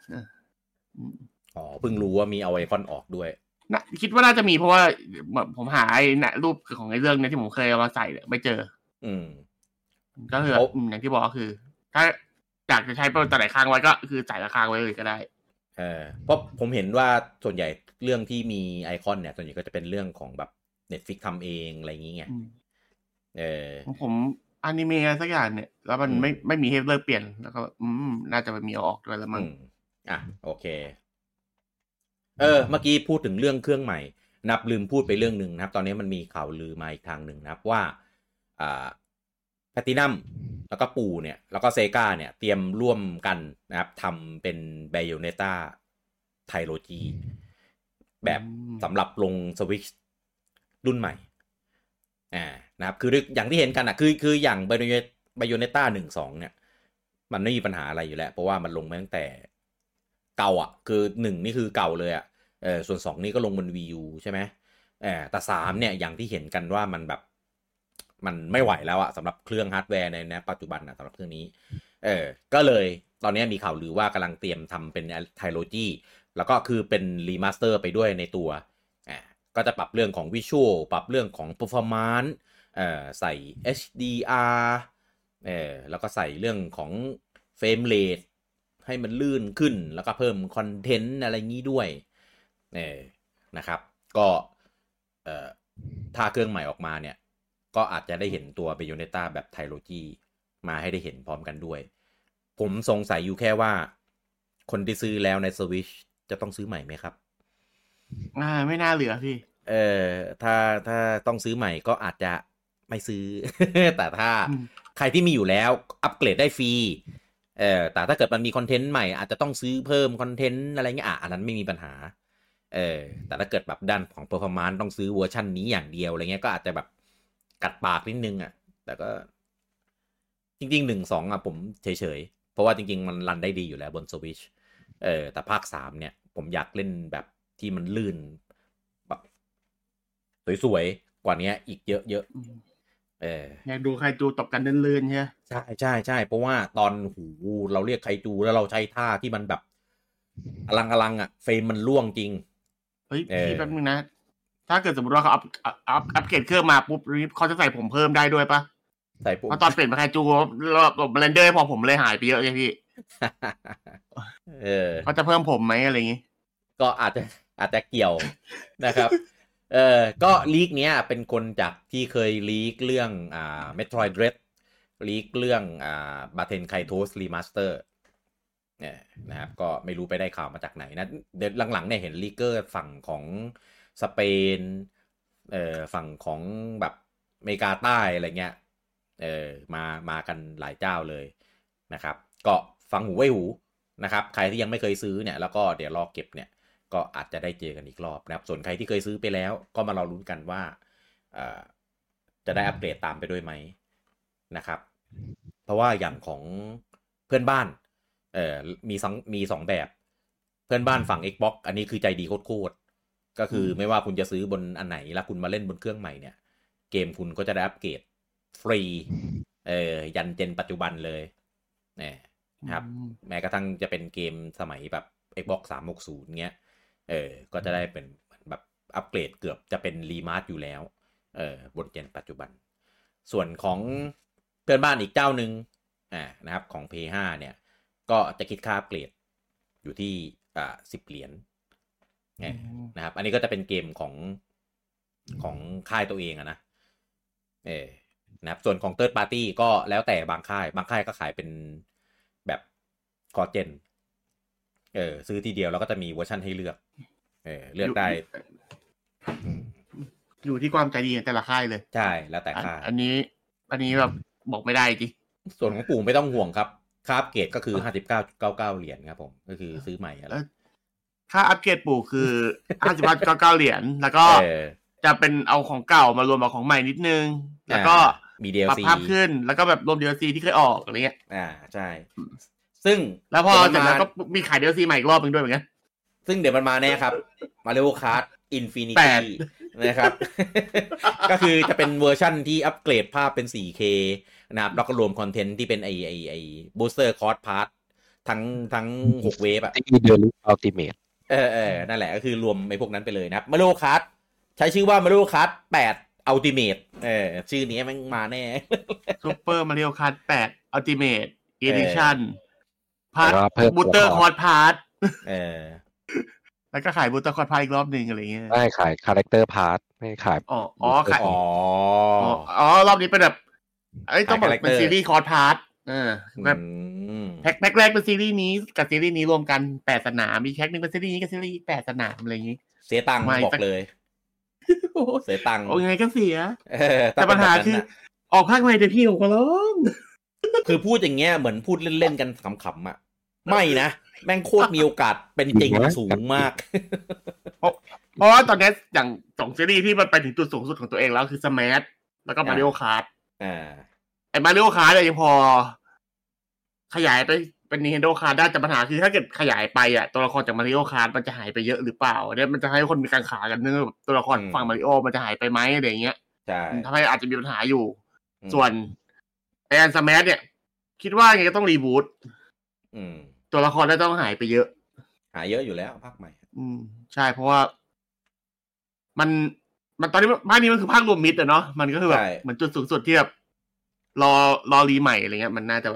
อ๋อเพิ่งรู้ว่ามีเอาไอคอนออกด้วยนะคิดว่าน่าจะมีเพราะว่าผมหาไอ้นะรูปของไอ้เรื่องนี้ที่ผมเคยเอามาใส่เนี่ยไม่เจออืมก็คืออย่างที่บอกก็คือ ถ้าอยากจะใช้ตัวไหนค้างไว้ก็คือใส่ราคาไว้เลยก็ได้เออเพราะผมเห็นว่าส่วนใหญ่เรื่องที่มีไอคอนเนี่ยส่วนใหญ่ก็จะเป็นเรื่องของแบบ Netflix ทำเองอะไรอย่างเงี้ยเออผมอนิเมะสักอย่างเนี่ยแล้วมันไม่ไม่มีให้เลิกเปลี่ยนแล้วก็อืมน่าจะมีเอาออกด้วยแล้วมั้งอ่ะโอเคเออเมื่อกี้พูดถึงเรื่องเครื่องใหม่นับลืมพูดไปเรื่องนึงนะครับตอนนี้มันมีข่าวลือมาอีกทางนึงนะครับว่าอ่าแพลตินัมแล้วก็ปู่เนี่ยแล้วก็เซกาเนี่ยเตรียมร่วมกันนะครับทำเป็น Bayonetta Trilogy แบบสำหรับลง Switch รุ่นใหม่อ่านะครับคืออย่างที่เห็นกันอ่ะคือคืออย่าง Bayonetta หนึ่ง สองเนี่ยมันไม่มีปัญหาอะไรอยู่แล้วเพราะว่ามันลงมาตั้งแต่เก่าอ่ะคือหนึ่งนี่คือเก่าเลยอ่ะเออส่วนสองนี่ก็ลงบน Wii U ใช่ไหมเออแต่สามเนี่ยอย่างที่เห็นกันว่ามันแบบมันไม่ไหวแล้วอะสำหรับเครื่องฮาร์ดแวร์ในในปัจจุบันนะสำหรับเครื่องนี้เออก็เลยตอนนี้มีข่าวลือว่ากำลังเตรียมทำเป็นไทโลจีแล้วก็คือเป็นรีมาสเตอร์ไปด้วยในตัวอ่าก็จะปรับเรื่องของวิชวลปรับเรื่องของ performance เอ่อใส่ เอช ดี อาร์ เออแล้วก็ใส่เรื่องของเฟรมเรทให้มันลื่นขึ้นแล้วก็เพิ่มคอนเทนต์อะไรงี้ด้วยเออนะครับก็เอ่อถ้าเครื่องใหม่ออกมาเนี่ยก็อาจจะได้เห็นตัว Bayonetta แบบไทโลจีมาให้ได้เห็นพร้อมกันด้วยผมสงสัยอยู่แค่ว่าคนที่ซื้อแล้วใน Switch จะต้องซื้อใหม่ไหมครับอ่าไม่น่าเหลือพี่เออถ้าถ้าต้องซื้อใหม่ก็อาจจะไม่ซื้อ แต่ถ้าใครที่มีอยู่แล้วอัปเกรดได้ฟรีเออแต่ถ้าเกิดมันมีคอนเทนต์ใหม่อาจจะต้องซื้อเพิ่มคอนเทนต์อะไรเงี้ยอ่ะอันนั้นไม่มีปัญหาเออแต่ถ้าเกิดแบบด้านของ performance ต้องซื้อเวอร์ชันนี้อย่างเดียวอะไรเงี้ยก็อาจจะแบบกัดปากนิดนึงอ่ะแต่ก็จริงๆหนึ่ง สองอ่ะผมเฉยๆเพราะว่าจริงๆมันรันได้ดีอยู่แล้วบน Switch เออแต่ภาคสามเนี่ยผมอยากเล่นแบบที่มันลื่นแบบสวยๆกว่านี้อีกเยอะๆเอออยากดูใครจูตบกันลื่นๆใช่ไหมใช่ใช่ใช่เพราะว่าตอนหูเราเรียกไคจูแล้วเราใช้ท่าที่มันแบบอลังอลังอ่ะเฟรมมันล่วงจริงเฮ้ยพี่แป๊บนึงนะถ้าเกิดสมมติว่าเขาอัพอัพอัพเกรดเครื่องมาปุ๊บเขาจะใส่ผมเพิ่มได้ด้วยปะใส่ปุ๊บเพราะตอนเปลี่ยนมาไคจูเราแบบเรนเดอร์พอผมเลยหายไปเยอะเลยพี่เออเขาจะเพิ่มผมไหมอะไรอย่างงี้ก็อาจจะอาจจะเกี่ยวนะครับเออก็ลีกเนี้ยเป็นคนจากที่เคยลีกเรื่องอ่า Metroid Dread ลีกเรื่องอ่า Baten Kaitos Remaster เนี่ยนะครับก็ไม่รู้ไปได้ข่าวมาจากไหนนะเดี๋ยวหลังๆเนี่ยเห็นลีกเกอร์ฝั่งของสเปนเอ่อฝั่งของแบบอเมริกาใต้อะไรเงี้ยเออมามากันหลายเจ้าเลยนะครับก็ฟังหูไว้หูนะครับใครที่ยังไม่เคยซื้อเนี่ยแล้วก็เดี๋ยวรอเก็บเนี่ยก็อาจจะได้เจอกันอีกรอบนะครับส่วนใครที่เคยซื้อไปแล้วก็มารอลุ้นกันว่าจะได้อัปเกรดตามไปด้วยไหมนะครับเพราะว่าอย่างของเพื่อนบ้านเอ่อมีสองมีสองแบบเพื่อนบ้านฝั่ง Xbox อันนี้คือใจดีโคตรๆก็คือไม่ว่าคุณจะซื้อบนอันไหนแล้วคุณมาเล่นบนเครื่องใหม่เนี่ยเกมคุณก็จะได้อัปเกรดฟรีเอ่อยันเจนปัจจุบันเลยนะครับแม้กระทั่งจะเป็นเกมสมัยแบบ Xbox สามร้อยหกสิบเงี้ยเออก็จะได้เป็นแบบอัปเกรดเกือบจะเป็นรีมาสต์อยู่แล้วเออบนเจนปัจจุบันส่วนของเพื่อนบ้านอีกเจ้านึงอ่านะครับของ พี ห้า เนี่ยก็จะคิดค่าอัปเกรดอยู่ที่อ่าสิบเหรียญนะครับอันนี้ก็จะเป็นเกมของของค่ายตัวเองอะนะเออนะครับส่วนของ Third Party ก็แล้วแต่บางค่ายบางค่ายก็ขายเป็นแบบคอร์เจนเออซื้อทีเดียวแล้วก็จะมีเวอร์ชันให้เลือกเออเลือกได้อยู่ที่ความใจดีของแต่ละค่ายเลยใช่แล้วแต่ค่ายอันนี้อันนี้แบบบอกไม่ได้จริงส่วนของปู่ไม่ต้องห่วงครับค่าอัปเกรดก็คือ ห้าสิบเก้าจุดเก้าเก้า เหรียญครับผมก็คือซื้อใหม่อะไรค่าอัปเกรดปู่คือ ห้าสิบเก้าจุดเก้าเก้า เหรียญแล้วก็จะเป็นเอาของเก่ามารวมกับของใหม่นิดนึงแล้วก็มี ดี แอล ซีปรับภาพขึ้นแล้วก็แบบรวม ดี แอล ซี ที่เคยออกอะไรเงี้ยอ่าใช่ซึ่งแล้วพอเสร็จแล้วก็มีขาย ดี แอล ซี ใหม่อีกรอบนึงด้วยเหมือนกันซึ่งเดี๋ยวมันมาแน่ครับ Mario Kart Infinity นะครับ ก็คือจะเป็นเวอร์ชั่นที่อัปเกรดภาพเป็น โฟร์เค นะครับแล้วก็รวมคอนเทนต์ที่เป็นไอไอไอ Booster Course Pass ทั้งทั้งหกเวฟอ่ะที่ The Ultimate เออเออนั่นแหละก็คือรวมไอ้พวกนั้นไปเลยนะครับ Mario Kart ใช้ชื่อว่า Mario Kart แปด Ultimate เออชื่อนี้มันมาแน่ Super Mario Kart แปด Ultimate Edition พาร์ทบูตเตอร์คอร์สพาร์ทเออแล้วก็ขายบูตเตอร์คอร์สพาร์ทอีกรอบนึงอะไรเงี้ยไม่ขายคาแรคเตอร์พาร์ทไม่ขายอ๋ออ๋อขายอ๋ออ๋อรอบนี้เป็นแบบไอ้ต้องบอกเป็นซีรีส์คอร์สพาร์ทเออแบบแพ็คแพ็คแรกเป็นซีรีส์นี้กับซีรีส์นี้รวมกันแปดสนามมีแพ็คนึงเป็นซีรีส์นี้กับซีรีส์แปดสนามอะไรอย่างงี้เสียตังค์บอกเลยเสียตังค์โอ้ยังไงก็เสียแต่ปัญหาคือออกภาคใหม่แต่พี่ผมก็ร้องคือพูดอย่างเงี้ยเหมือนพูดเล่นๆกันขำๆอ่ะไม่นะแม่งโคตรมีโอกาสเป็นจริงสูงมากเพราะเพราะว่าตอนนี้อย่างสองซีรีส์ที่มันไปถึงจุดสูงสุดของตัวเองแล้วคือ Smash แล้วก็ Mario Kart อ่าไอ้ Mario Kart เนี่ยยังพอขยายไปเป็น Nintendo Card ได้แต่ปัญหาคือถ้าเกิดขยายไปอ่ะตัวละครจาก Mario Kart มันจะหายไปเยอะหรือเปล่าเนี่ยมันจะให้คนมีการขากันเนื่องตัวละครฝั่ง Mario มันจะหายไปไหมอะไรอย่างเงี้ยใช่ทำให้อาจจะมีปัญหาอยู่ส่วนไอ้อัน Smash เนี่ยคิดว่าไงก็ต้องรีบูทตัวละครได้ต้องหายไปเยอะหายเยอะอยู่แล้วภาคใหม่อืมใช่เพราะว่ามันมันตอนนี้ภาคนี้มันคือภาครวมมิตรอะเนาะมันก็คือแบบเหมือนจุดสูงสุดที่แบบรอรอรีใหม่อะไรเงี้ยมันน่าจะ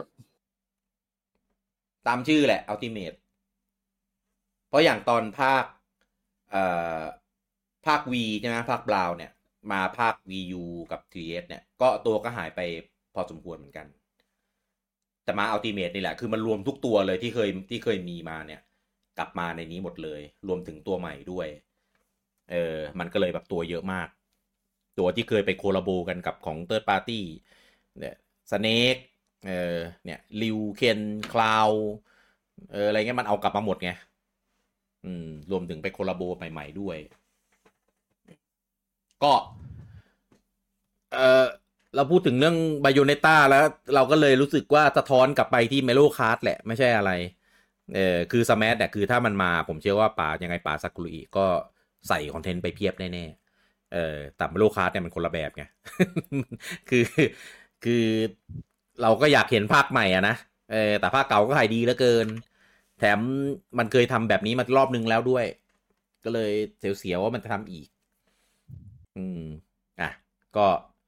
ตามชื่อแหละ Ultimate เพราะอย่างตอนภาคเอ่อภาค V ใช่ไหมภาคบราวเนี่ยมาภาค วี ยู กับ ทรี ดี เอส เนี่ยก็ตัวก็หายไปพอสมควรเหมือนกันแต่มา Ultimate นี่แหละคือมันรวมทุกตัวเลยที่เคยที่เคยมีมาเนี่ยกลับมาในนี้หมดเลยรวมถึงตัวใหม่ด้วยเออมันก็เลยแบบตัวเยอะมากตัวที่เคยไปโคลาโบกันกับของ Third Party เนี่ยสเนกเออเนี่ยลิวเคนคลาวเอออะไรเงี้ยมันเอากลับมาหมดไงอืมรวมถึงไปโคลาโบใหม่ๆด้วยก็เออเราพูดถึงเรื่องไบโอเนต้าแล้วเราก็เลยรู้สึกว่าสะท้อนกลับไปที่เมโลคาร์ดแหละไม่ใช่อะไรเออคือสแมชเนี่ยคือถ้ามันมาผมเชื่อว่าป่ายังไงป่าซากุรุอิก็ใส่คอนเทนต์ไปเพียบแน่ๆเออแต่เมโลคาร์ดเนี่ยมันคนละแบบไง คือคือเราก็อยากเห็นภาคใหม่อะนะเออแต่ภาคเก่าก็ขายดีเหลือเกินแถมมันเคยทำแบบนี้มารอบนึงแล้วด้วยก็เลยเสียวๆว่ามันจะทำอีกอืมอ่ะก็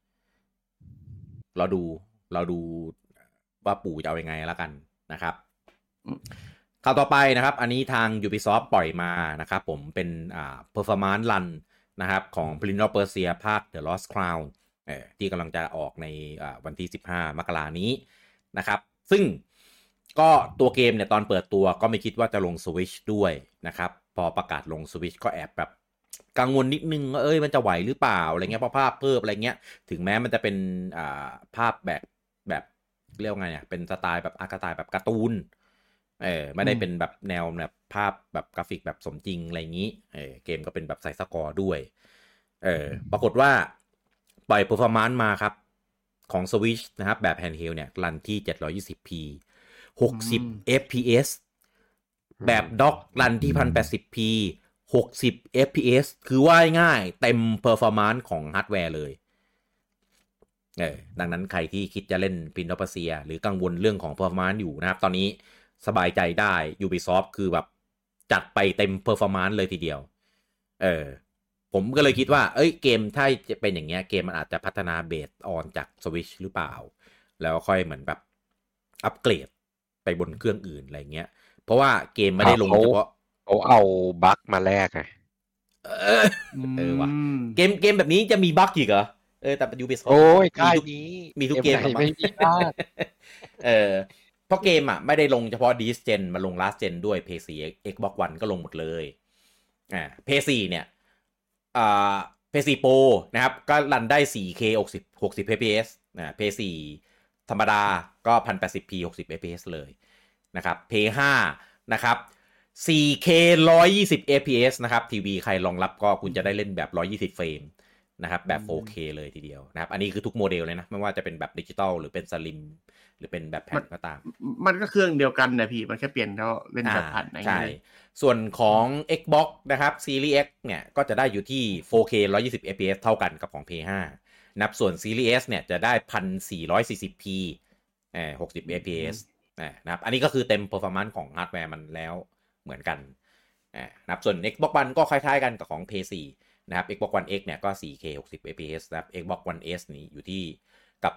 เราดูเราดูว่าปู่จะเอายังไงแล้วกันนะครับข่าวต่อไปนะครับอันนี้ทาง Ubisoft ปล่อยมานะครับผมเป็นอ่า performance run นะครับของ Prince of Persia ภาค The Lost Crown เอ่อที่กำลังจะออกในอ่าวันที่สิบห้ามกราคมนี้นะครับซึ่งก็ตัวเกมเนี่ยตอนเปิดตัวก็ไม่คิดว่าจะลง Switch ด้วยนะครับพอประกาศลง Switch ก็แอบแบบกังวลนิดนึงว่าเอ้ยมันจะไหวหรือเปล่าอะไรเงี้ยเพราะภาพเพิ่มอะไรเงี้ยถึงแม้มันจะเป็นอ่าภาพแบบแบบเรียกว่าไงเนี่ยเป็นสไตล์แบบอาร์ตสไตล์แบบการ์ตูนเออไม่ได้เป็นแบบแนวแบบภาพแบบกราฟิกแบบสมจริงอะไรอย่างนี้เออเกมก็เป็นแบบใส่สกอร์ด้วยเออปรากฏว่าปล่อย performance มาครับของ Switch นะครับแบบ handheld เนี่ยรันที่ เจ็ดร้อยยี่สิบพี หกสิบ เอฟ พี เอส แบบด็อกรันที่ หนึ่งพันแปดสิบพี หกสิบ เอฟ พี เอส คือว่าง่ายเต็ม performance ของฮาร์ดแวร์เลยเออดังนั้นใครที่คิดจะเล่น Prince of Persia หรือกังวลเรื่องของ performance อยู่นะครับตอนนี้สบายใจได้ Ubisoft คือแบบจัดไปเต็ม performance เลยทีเดียวเออผมก็เลยคิดว่าเอ้ยเกมถ้าจะเป็นอย่างเงี้ยเกมมันอาจจะพัฒนาเบสออนจาก Switch หรือเปล่าแล้วค่อยเหมือนแบบอัปเกรดไปบนเครื่องอื่นอะไรเงี้ยเพราะว่าเกมไม่ได้ลงเฉพาะเขาเอาบั๊กมาแลกไงเออเออว่ะเกมเกมแบบนี้จะมีบั๊กอีกเหรอเออแต่ Ubisoft โอ้ยค่ายนี้มีทุกเกมไม่มีบั๊กเออเพราะเกมอ่ะไม่ได้ลงเฉพาะ This Gen มาลง Last Gen ด้วย พี ซี Xbox One ก็ลงหมดเลยอ่า พี ซี เนี่ยอ่า พี ซี Pro นะครับก็รันได้ โฟร์เค หกสิบ หกสิบ เอฟ พี เอส นะ พี ซี ธรรมดาก็ หนึ่งพันแปดสิบพี หกสิบ เอฟ พี เอส เลยนะครับ พี ห้า นะครับ โฟร์เค หนึ่งร้อยยี่สิบ เอฟ พี เอส นะครับทีวีใครรองรับก็คุณจะได้เล่นแบบหนึ่งร้อยยี่สิบเฟรมนะครับแบบ โฟร์เค เลยทีเดียวนะครับอันนี้คือทุกโมเดลเลยนะไม่ว่าจะเป็นแบบดิจิตอลหรือเป็นสลิมหรือเป็นแบบแผ่นก็ตามมันก็เครื่องเดียวกันนะพี่มันแค่เปลี่ยนแล้วเล่นแบบผ่านใช่ส่วนของ Xbox นะครับ Series X เนี่ยก็จะได้อยู่ที่ โฟร์เค หนึ่งร้อยยี่สิบ เอฟ พี เอส เท่ากันกับของ พี ห้า นับส่วน Series S เนี่ยจะได้ หนึ่งพันสี่ร้อยสี่สิบพี เอ่อ หกสิบ เอฟ พี เอส นะครับอันนี้ก็คือเต็ม performance ของฮาร์ดแวร์มันแล้วเหมือนกันนะครับส่วน Xbox One ก็คล้ายๆกันกับของ พี ซี นะครับ Xbox One X เนี่ยก็ โฟร์เค หกสิบ เอฟ พี เอส นะครับ Xbox One S นี่อยู่ที่กับ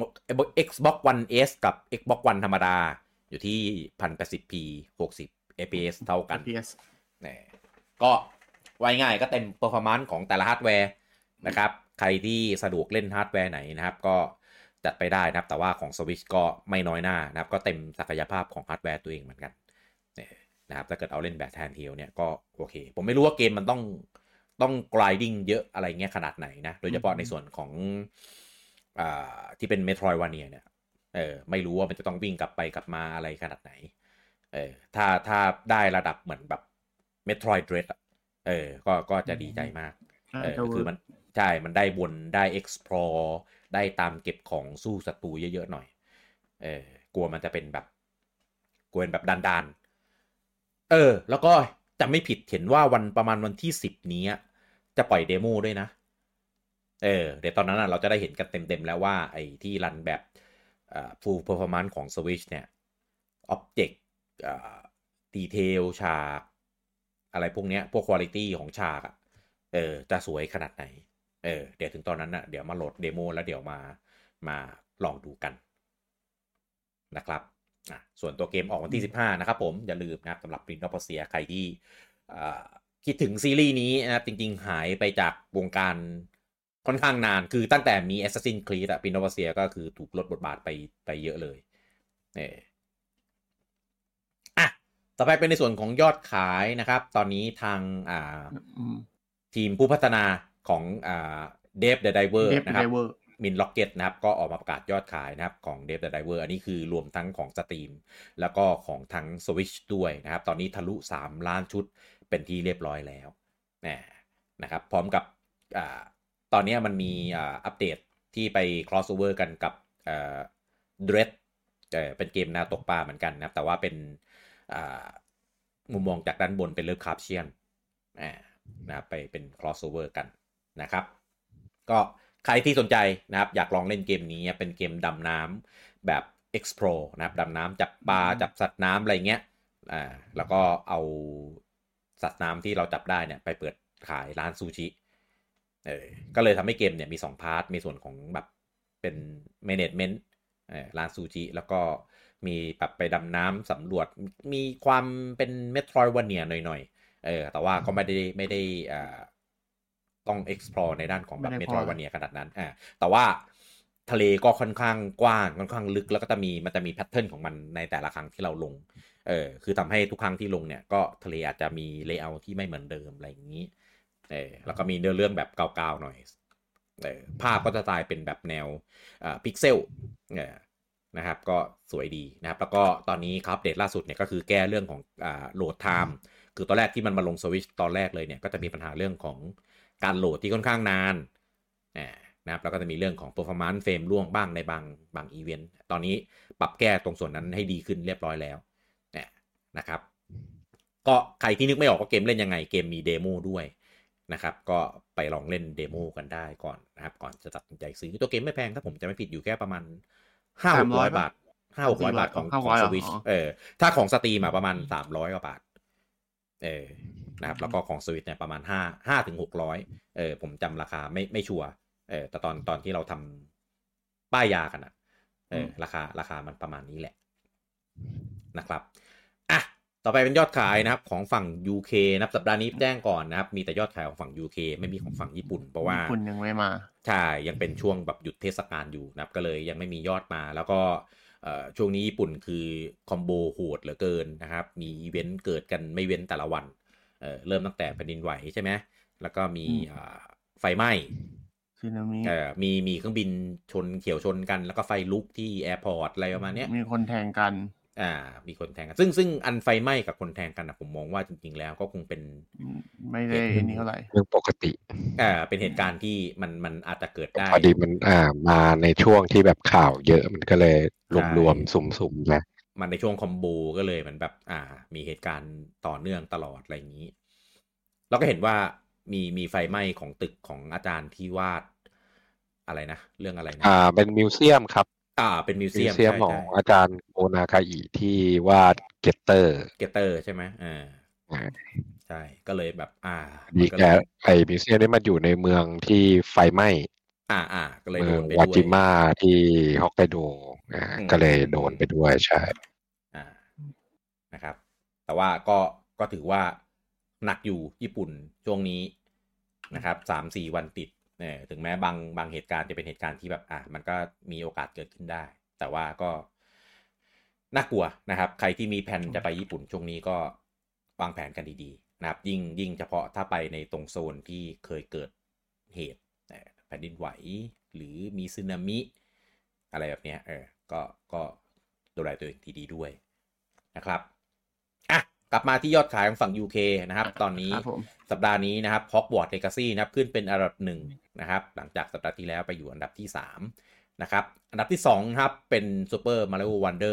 Xbox One S กับ Xbox One ธรรมดาอยู่ที่ หนึ่งพันแปดสิบพี หกสิบ เอฟ พี เอส เท่ากันนี่ก็ไว้ง่ายก็เต็ม performance ของแต่ละฮาร์ดแวร์นะครับใครที่สะดวกเล่นฮาร์ดแวร์ไหนนะครับก็จัดไปได้นะครับแต่ว่าของ Switch ก็ไม่น้อยหน้านะครับก็เต็มศักยภาพของฮาร์ดแวร์ตัวเองเหมือนกันนะครับถ้าเกิดเอาเล่นแบบแทนเทียวเนี่ยก็โอเคผมไม่รู้ว่าเกมมันต้องต้อง grinding เยอะอะไรเงี้ยขนาดไหนนะโดยเฉพาะในส่วนของอ่าที่เป็น Metroidvania เนี่ยเออไม่รู้ว่ามันจะต้องวิ่งกลับไปกลับมาอะไรขนาดไหนเออถ้าถ้าได้ระดับเหมือนแบบ Metroid Dread เออก็ก็จะดีใจมากเออคือมันใช่มันได้วนได้ explore ได้ตามเก็บของสู้ศัตรูเยอะๆหน่อยเออกลัวมันจะเป็นแบบกวนแบบดานๆเออแล้วก็จะไม่ผิดเห็นว่าวันประมาณวันที่สิบนี้จะปล่อยเดโมด้วยนะเออเดี๋ยวตอนนั้นเราจะได้เห็นกันเต็มๆแล้วว่าไอ้ที่รันแบบอ่า full performance ของ Switch เนี่ย object อ่า detail ฉากอะไรพวกเนี้ยพวก quality ของฉากอ่ะเออจะสวยขนาดไหนเออเดี๋ยวถึงตอนนั้นน่ะเดี๋ยวมาโหลดเดโมแล้วเดี๋ยวมามาลองดูกันนะครับอ่ะส่วนตัวเกมออกวันที่สิบห้านะครับผมอย่าลืมนะครับสำหรับ Prince of Persia ใครที่อ่าคิดถึงซีรีส์นี้นะครับจริงๆหายไปจากวงการค่อนข้างนานคือตั้งแต่มี Assassin's Creed อะ Prince of Persia ก็คือถูกลดบทบาทไปไปเยอะเลยเอออ่ะต่อไปเป็นในส่วนของยอดขายนะครับตอนนี้ทางอ่าทีมผู้พัฒนาของอ่า Dave the Diver นะครับมินล็อกเก็ตนะครับก็ออกมาประกาศยอดขายนะครับของ Dave the Diver อันนี้คือรวมทั้งของ Steam แล้วก็ของทั้ง Switch ด้วยนะครับตอนนี้ทะลุสามล้านชุดเป็นที่เรียบร้อยแล้วนะครับพร้อมกับอ่าตอนนี้มันมีอ่าอัปเดตที่ไป crossover กันกับอ่า Dread เอ่อเป็นเกมแนวตกปลาเหมือนกันนะครับแต่ว่าเป็นอ่ามุมมองจากด้านบนเป็นเลิฟคราฟเชียนนะครับไปเป็น crossover กันนะครับก็ใครที่สนใจนะครับอยากลองเล่นเกมนี้เป็นเกมดำน้ำแบบ explore นะครับดำน้ำจับปลาจับสัตว์น้ำอะไรเงี้ยอ่าแล้วก็เอาสัตว์น้ำที่เราจับได้เนี่ยไปเปิดขายร้านซูชิเออก็เลยทำให้เกมเนี่ยมีสองพาร์ทมีส่วนของแบบเป็น management เออร้านซูชิแล้วก็มีแบบไปดำน้ำสำรวจมีความเป็น Metroidvania หน่อยๆเออแต่ว่าก็ไม่ได้ไม่ได้อ่าต้อง explore ในด้านของแบบ Metroidvania ขนาดนั้นอ่าแต่ว่าทะเลก็ค่อนข้างกว้างค่อนข้างลึกแล้วก็จะมีมันจะมีแพทเทิร์นของมันในแต่ละครั้งที่เราลงเออคือทำให้ทุกครั้งที่ลงเนี่ยก็ทะเลอาจจะมีเลเยอร์ที่ไม่เหมือนเดิมอะไรอย่างนี้เออแล้วก็มีเนื้อเรื่องแบบเก่าๆหน่อยเออภาพก็จะตายเป็นแบบแนวอ่าพิกเซลเออนะครับก็สวยดีนะครับแล้วก็ตอนนี้ครับอัปเดตล่าสุดเนี่ยก็คือแก้เรื่องของอ่าโหลดไทม์คือตอนแรกที่มันมาลง Switch ตอนแรกเลยเนี่ยก็จะมีปัญหาเรื่องของการโหลดที่ค่อนข้างนานนะครับแล้วก็จะมีเรื่องของ performance เฟรมร่วงบ้างในบางบางอีเวนต์ตอนนี้ปรับแก้ตรงส่วนนั้นให้ดีขึ้นเรียบร้อยแล้วนะครับก็ใครที่นึกไม่ออกว่าเกมเล่นยังไงเกมมีเดโมด้วยนะครับก็ไปลองเล่นเดโมกันได้ก่อนนะครับก่อนจะตัดสินใจซื้อตัวเกมไม่แพงถ้าผมจะไม่ผิดอยู่แค่ประมาณ ห้าถึงหกร้อย บาท ห้าถึงหกร้อย บาทของของ Switch เออถ้าของ Steam อ่ะประมาณสามร้อยกว่าบาทเออนะครับแล้วก็ของ Switch เนี่ยประมาณห้า ห้าถึงหกร้อยเออผมจำราคาไม่ไม่ชัวร์เออแต่ตอนตอนที่เราทำป้ายยากันอ่ะเออราคาราคามันประมาณนี้แหละนะครับอ่ะต่อไปเป็นยอดขายนะครับของฝั่ง ยู เค นะครับสัปดาห์นี้แจ้งก่อนนะครับมีแต่ยอดขายของฝั่ง ยู เค ไม่มีของฝั่งญี่ปุ่นเพราะว่าญี่ปุ่นยังไม่มาใช่ยังเป็นช่วงแบบหยุดเทศกาลอยู่นะครับก็เลยยังไม่มียอดมาแล้วก็ช่วงนี้ญี่ปุ่นคือคอมโบโหดเหลือเกินนะครับมีอีเวนต์เกิดกันไม่เว้นแต่ละวัน เ, เริ่มตั้งแต่แผ่นดินไหวใช่ไหมแล้วก็มีไฟไหม้มีมีเครื่องบินชนเขียวชนกันแล้วก็ไฟลุกที่แอร์พอร์ตอะไรประมาณนี้มีคนแทงกันอ่ามีคนแทงกันซึ่งซึ่งอันไฟไหม้กับคนแทงกันนะผมมองว่าจริงๆแล้วก็คงเป็นไม่ได้นี่เท่าไหร่เรื่องปกติอ่าเป็นเหตุการณ์ที่มันมันอาจจะเกิดได้พอดีมันอ่ามาในช่วงที่แบบข่าวเยอะมันก็เลยรวมๆสุ่มๆนะมันในช่วงคอมโบก็เลยมันแบบอ่ามีเหตุการณ์ต่อเนื่องตลอดอะไรอย่างนี้เราก็เห็นว่ามีมีไฟไหม้ของตึกของอาจารย์ที่วาดอะไรนะเรื่องอะไรนะอ่าเป็นมิวเซียมครับอ่าเป็นมิวเซียมมิวเซียมของอาจารย์โอนาคาอิที่วาดเกตเตอร์เกตเตอร์ใช่ไหมอ่าใช่ก็เลยแบบอ่าดีแกไอมิวเซียมนี้มันอยู่ในเมืองที่ไฟไหม้อ่าอ่าก็เลยโดนไปด้วยวาจิมะที่ฮอกไกโดอ่าก็เลยโดนไปด้วยใช่อ่านะครับแต่ว่าก็ก็ถือว่าหนักอยู่ญี่ปุ่นช่วงนี้นะครับ สามสี่ วันติดเนี่ยถึงแม้บางบางเหตุการณ์จะเป็นเหตุการณ์ที่แบบอ่ะมันก็มีโอกาสเกิดขึ้นได้แต่ว่าก็น่ากลัวนะครับใครที่มีแผนจะไปญี่ปุ่นช่วงนี้ก็วางแผนกันดีๆนะครับยิ่งยิ่งเฉพาะถ้าไปในตรงโซนที่เคยเกิดเหตุแผ่นดินไหวหรือมีสึนามิอะไรแบบนี้เออก็ก็ดูแลตัวเองดีๆด้วยนะครับอ่ะกลับมาที่ยอดขายของฝั่ง ยู เค นะครับตอนนี้สัปดาห์นี้นะครับ Hogwarts Legacy นะครับขึ้นเป็นอันดับหนึ่งนะครับหลังจากสัปดาห์ที่แล้วไปอยู่อันดับที่สามนะครับอันดับที่สองครับเป็น Super Mario Wonder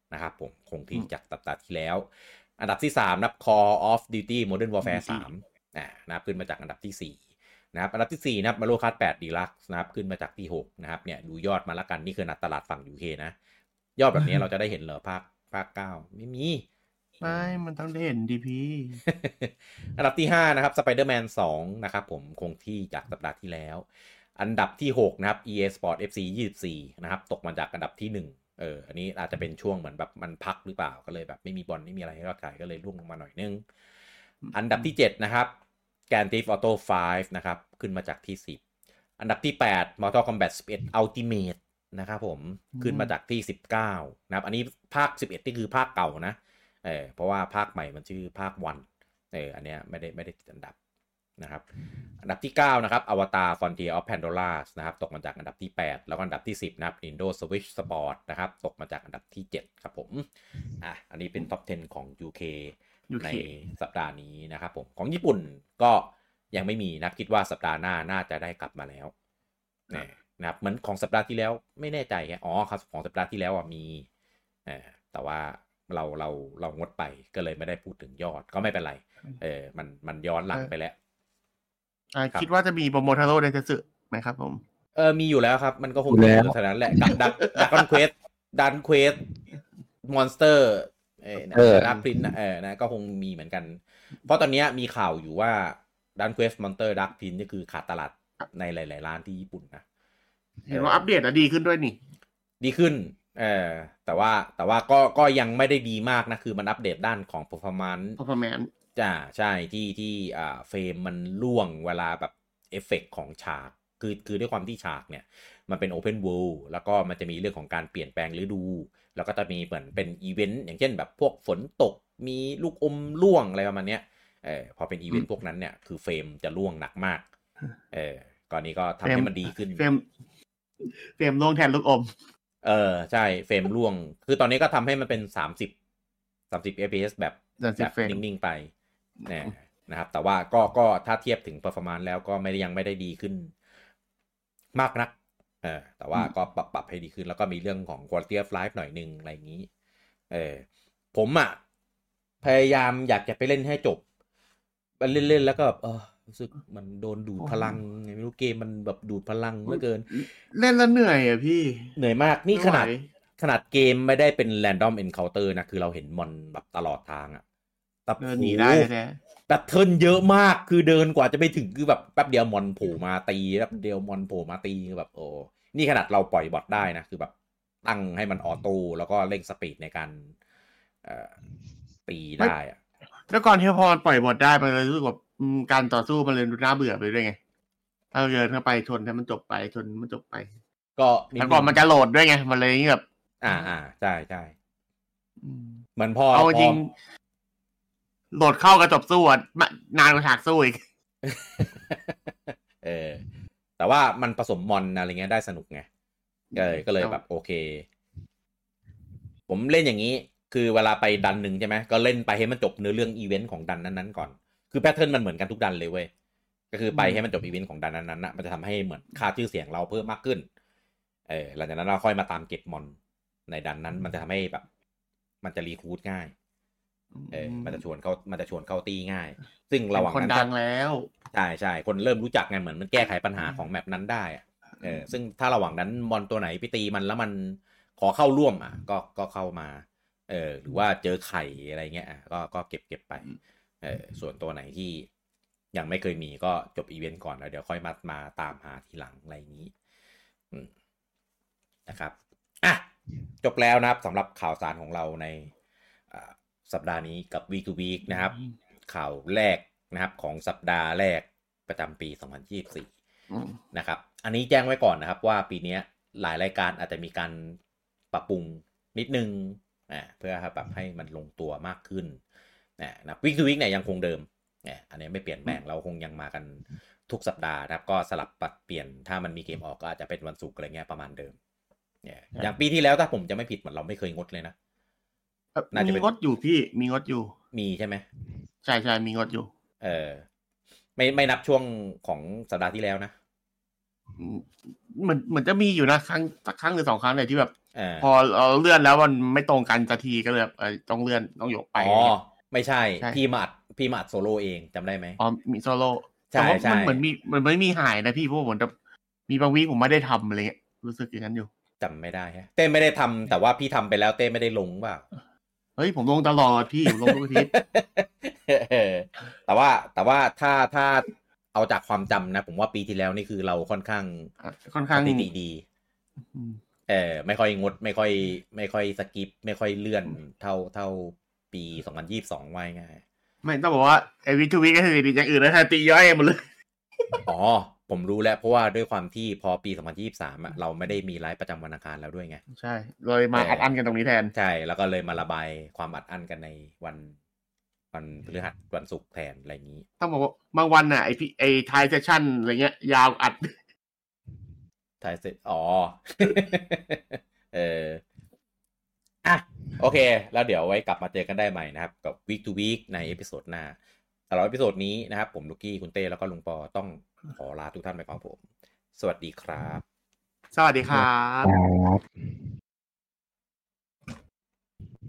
นะครับผมคงที่จากสัปดาห์ที่แล้วอันดับที่สามนับ Call of Duty Modern Warfare สามอ่านะครับขึ้นมาจากอันดับที่สี่นะครับอันดับที่สี่นะครับ Mario Kart แปด Deluxe นะครับขึ้นมาจากที่หกนะครับเนี่ยดูยอดมาละกันนี่คือนัดตลาดฝั่ง ยู เค นะยอดแบบนี้เราจะได้เห็นเหรอภาคภาคเก้าไม่มีไม่มันต้องได้เห็นดีพีอันดับที่ห้านะครับ Spider-Man สองนะครับผมคงที่จากสัปดาห์ที่แล้วอันดับที่หกนะครับ อี เอ Sport เอฟ ซี ยี่สิบสี่นะครับตกมาจากอันดับที่หนึ่งเอออันนี้อาจจะเป็นช่วงเหมือนแบบมันพักหรือเปล่าก็เลยแบบไม่มีบอลไม่มีอะไรให้ยอดขายก็เลยร่วงลงมาหน่อยนึงอันดับที่เจ็ดนะครับ Grand Theft Auto ไฟว์นะครับขึ้นมาจากที่สิบอันดับที่แปด Mortal Kombat สิบเอ็ด Ultimate นะครับผมขึ้นมาจากที่สิบเก้านะครับอันนี้ภาคสิบเอ็ดนี่คือภาคเก่านะเออเพราะว่าภาคใหม่มันชื่อภาควันเอออันเนี้ยไม่ได้ไม่ได้ติดอันดับนะครับอันดับที่เก้านะครับ Avatar Frontier of Pandora นะครับตกมาจากอันดับที่แปดแล้วก็อันดับที่สิบนะครับ Nintendo Switch Sport นะครับตกมาจากอันดับที่เจ็ดครับผมอ่ะอันนี้เป็น Top สิบของ ยู เค ในสัปดาห์นี้นะครับผมของญี่ปุ่นก็ยังไม่มีนะคิดว่าสัปดาห์หน้าน่าจะได้กลับมาแล้วนะครับเหมือนของสัปดาห์ที่แล้วไม่แน่ใจแค่อ๋อครับของสัปดาห์ที่แล้วอ่ะมีแต่ว่าเราเราเรางดไปก็เลยไม่ได้พูดถึงยอดก็ไม่เป็นไรเออมันมันย้อนหลังไปแล้วอ่าคิดว่าจะมีโปรโมทาโร่ไดเทสึไหมครับผมเออมีอยู่แล้วครับมันก็คงมีอยู่แถวนั้นแหละดักดักดักคอนเควสดันเควสมอนสเตอร์เออดักพรินเออนะก็คงมีเหมือนกันเพราะตอนนี้มีข่าวอยู่ว่าดันเควสมอนสเตอร์ดักพรินนี่คือขาดตลาดในหลายๆร้านที่ญี่ปุ่นนะเห็นว่าอัปเดตอะดีขึ้นด้วยนี่ดีขึ้นเออแต่ว่าแต่ว่าก็ก็ยังไม่ได้ดีมากนะคือมันอัปเดตด้านของ performance performance จ้าใช่ที่ที่อ่าเฟรมมันล่วงเวลาแบบเอฟเฟกต์ของฉากคือคือด้วยความที่ฉากเนี่ยมันเป็น Open World แล้วก็มันจะมีเรื่องของการเปลี่ยนแปลงฤดูแล้วก็จะมีเหมือนเป็นอีเวนต์อย่างเช่นแบบพวกฝนตกมีลูกอมร่วงอะไรประมาณเนี้ยเออพอเป็นอีเวนต์พวกนั้นเนี่ยคือเฟรมจะร่วงหนักมากเออก่อนนี้ก็ทำให้มันดีขึ้นเฟรมเฟรมร่วงแทนลูกอมเออใช่เฟรมร่วงคือตอนนี้ก็ทำให้มันเป็นสามสิบ สามสิบ เอฟ พี เอส แบบแบบนิ่งๆไปเนี่ยนะครับแต่ว่าก็ก็ถ้าเทียบถึง performance แล้วก็ไม่ได้ยังไม่ได้ดีขึ้นมากนักเออแต่ว่าก็ปรับปรับให้ดีขึ้นแล้วก็มีเรื่องของ quality of life หน่อยนึงอะไรอย่างนี้เออผมอ่ะพยายามอยากจะไปเล่นให้จบเล่นๆแล้วก็เออรู้สึกมันโดนดูดพลังไม่รู้เกมมันแบบดูดพลังเหลือเกินเล่นแล้วเหนื่อยอ่ะพี่เหนื่อยมากนี่ขนาดขนาดเกมไม่ได้เป็น random encounter นะคือเราเห็นมอนแบบตลอดทางอ่ะเดินหนีได้แท้แบตเทิลเยอะมากคือเดินกว่าจะไปถึงคือแบบแป๊บเดียวมอนโผล่มาตีแป๊บเดียวมอนโผล่มาตีแบบโอ้นี่ขนาดเราปล่อยบอทได้นะคือแบบตั้งให้มันออโต้แล้วก็เร่งสปีดในการเอ่อตีได้อ่ะแล้วก่อนที่พอปล่อยบอทได้มันเลยรู้สึกว่าการต่อสู้มันเลยดูน่าเบื่อไปด้วยไงถ้าเดินเข้าไปชนให้มันจบไปชนมันจบไปก็แล้วก่อนมันจะโหลดด้วยไงมันเลยแบบอ่าอ่าใช่ใช่เหมือนพอเอาจริงโหลดเข้ากับจบสู้อ่ะนานกว่าฉากสู้อีกเออแต่ว่ามันผสมมอนอะไรเงี้ยได้สนุกไงก็เลยก็เลยแบบโอเคผมเล่นอย่างนี้คือเวลาไปดันหนึ่งใช่ไหมก็เล่นไปให้มันจบเนื้อเรื่องอีเวนต์ของดันนั้นๆก่อนคือแพทเทิร์นมันเหมือนกันทุกดันเลยเว้ยก็คือไปให้มันจบอีเวนต์ของดันนั้นๆนะมันจะทำให้เหมือนค่าชื่อเสียงเราเพิ่มมากขึ้นเออหลังจากนั้นเราค่อยมาตามเก็บมอนในดันนั้นมันจะทำให้แบบมันจะรีครูทง่ายเออมันจะชวนเขามันจะชวนเข้าตีง่ายซึ่งระหว่างนั้นคนดังแล้วใช่ใช่คนเริ่มรู้จักไงเหมือนมันแก้ไขปัญหาของแมปนั้นได้อะเออซึ่งถ้าระหว่างนั้นมอนตัวไหนไปตีมันแล้วมันขอเข้าร่วมอ่ะก็ก็เข้ามาเออหรือว่าเจอไข่อะไรเงี้ยอ่ะก็ก็เก็บเก็บไปเออส่วนตัวไหนที่ยังไม่เคยมีก็จบอีเวนต์ก่อนแล้วเดี๋ยวค่อยมามาตามหาทีหลังอะไรอย่างนี้นะครับอ่ะจบแล้วนะครับสำหรับข่าวสารของเราในสัปดาห์นี้กับ Week to Week นะครับข่าวแรกนะครับของสัปดาห์แรกประจำปีสองพันยี่สิบสี่นะครับอันนี้แจ้งไว้ก่อนนะครับว่าปีนี้หลายรายการอาจจะมีการปรับปรุงนิดนึงอ่าเพื่อปรับให้มันลงตัวมากขึ้นนะนะ Week to Week เนี่ยยังคงเดิมเนี่ยอันนี้ไม่เปลี่ยนแปลงเราคงยังมากันทุกสัปดาห์นะครับก็สลับปรับเปลี่ยนถ้ามันมีเกมออกก็อาจจะเป็นวันศุกร์อะไรเงี้ยประมาณเดิมเนี่ยอย่างปีที่แล้วถ้าผมจะไม่ผิดเหมือนเราไม่เคยงดเลยนะมีงดอยู่พี่มีงดอยู่มีใช่ไหมใช่ใช่มีงดอยู่เออไม่ไม่นับช่วงของสัปดาห์ที่แล้วนะเหมือนเหมือนจะมีอยู่นะครั้งสักครั้งหรือสองครั้งเลยที่แบบพอเราเลื่อนแล้วมันไม่ตรงกันสักทีก็เลยเออต้องเลื่อนต้องยกไปอ๋อไม่ใช่พี่มาอัดพี่มาอัดโซโล่เองจำได้ไหมอ๋อมีโซโล่แต่ว่ามันเหมือนมีมันไม่มีหายนะพี่เพราะผมจะมีบางวีผมไม่ได้ทำอะไรเงี้ยรู้สึกอย่างนั้นอยู่จำไม่ได้ฮะเต้ไม่ได้ทำแต่ว่าพี่ทำไปแล้วเต้ไม่ได้ลงเปล่าเฮ้ยผมลงตลอดพี่ผมลงทุกอาทิตย์แต่ว่าแต่ว่าถ้าถ้าเอาจากความจำนะผมว่าปีที่แล้วนี่คือเราค่อนข้างค่อนข้างดีดีเออไม่ค่อยงดไม่ค่อยไม่ค่อยสกิปไม่ค่อยเลื่อนเท่าเท่าปีสองพันยี่สิบสองว่าง่ายไม่ต้องบอกว่าไอ้วิทูวิก็คือดีอย่างอื่นแล้วตีย่อยหมดเลยอ๋อผมรู้แล้วเพราะว่าด้วยความที่พอปีสองพันยี่สิบสามอ่ะเราไม่ได้มีไลฟ์ประจำวันอังคารแล้วด้วยไงใช่เลยมาอัดอั้นกันตรงนี้แทนใช่แล้วก็เลยมาระบายความอัดอั้นกันในวันวันพฤหัสวันศุกร์แทนอะไรอย่างนี้ต้องบอกว่าบางวันน่ะไอพี่ไอไทยเซสชั่นอะไรเงี้ยยาวอัดไทยเซสอ๋อเอออ่ะโอเคแล้วเดี๋ยวไว้กลับมาเจอกันได้ใหม่นะครับกับ Week to Week ในเอพิโซดหน้าสำหรับเอพิโซดนี้นะครับผมลูกกี้คุณเต้แล้วก็ลุงปอต้องขอลาทุกท่านไปก่อนผมสวัสดีครับสวัสดีครับ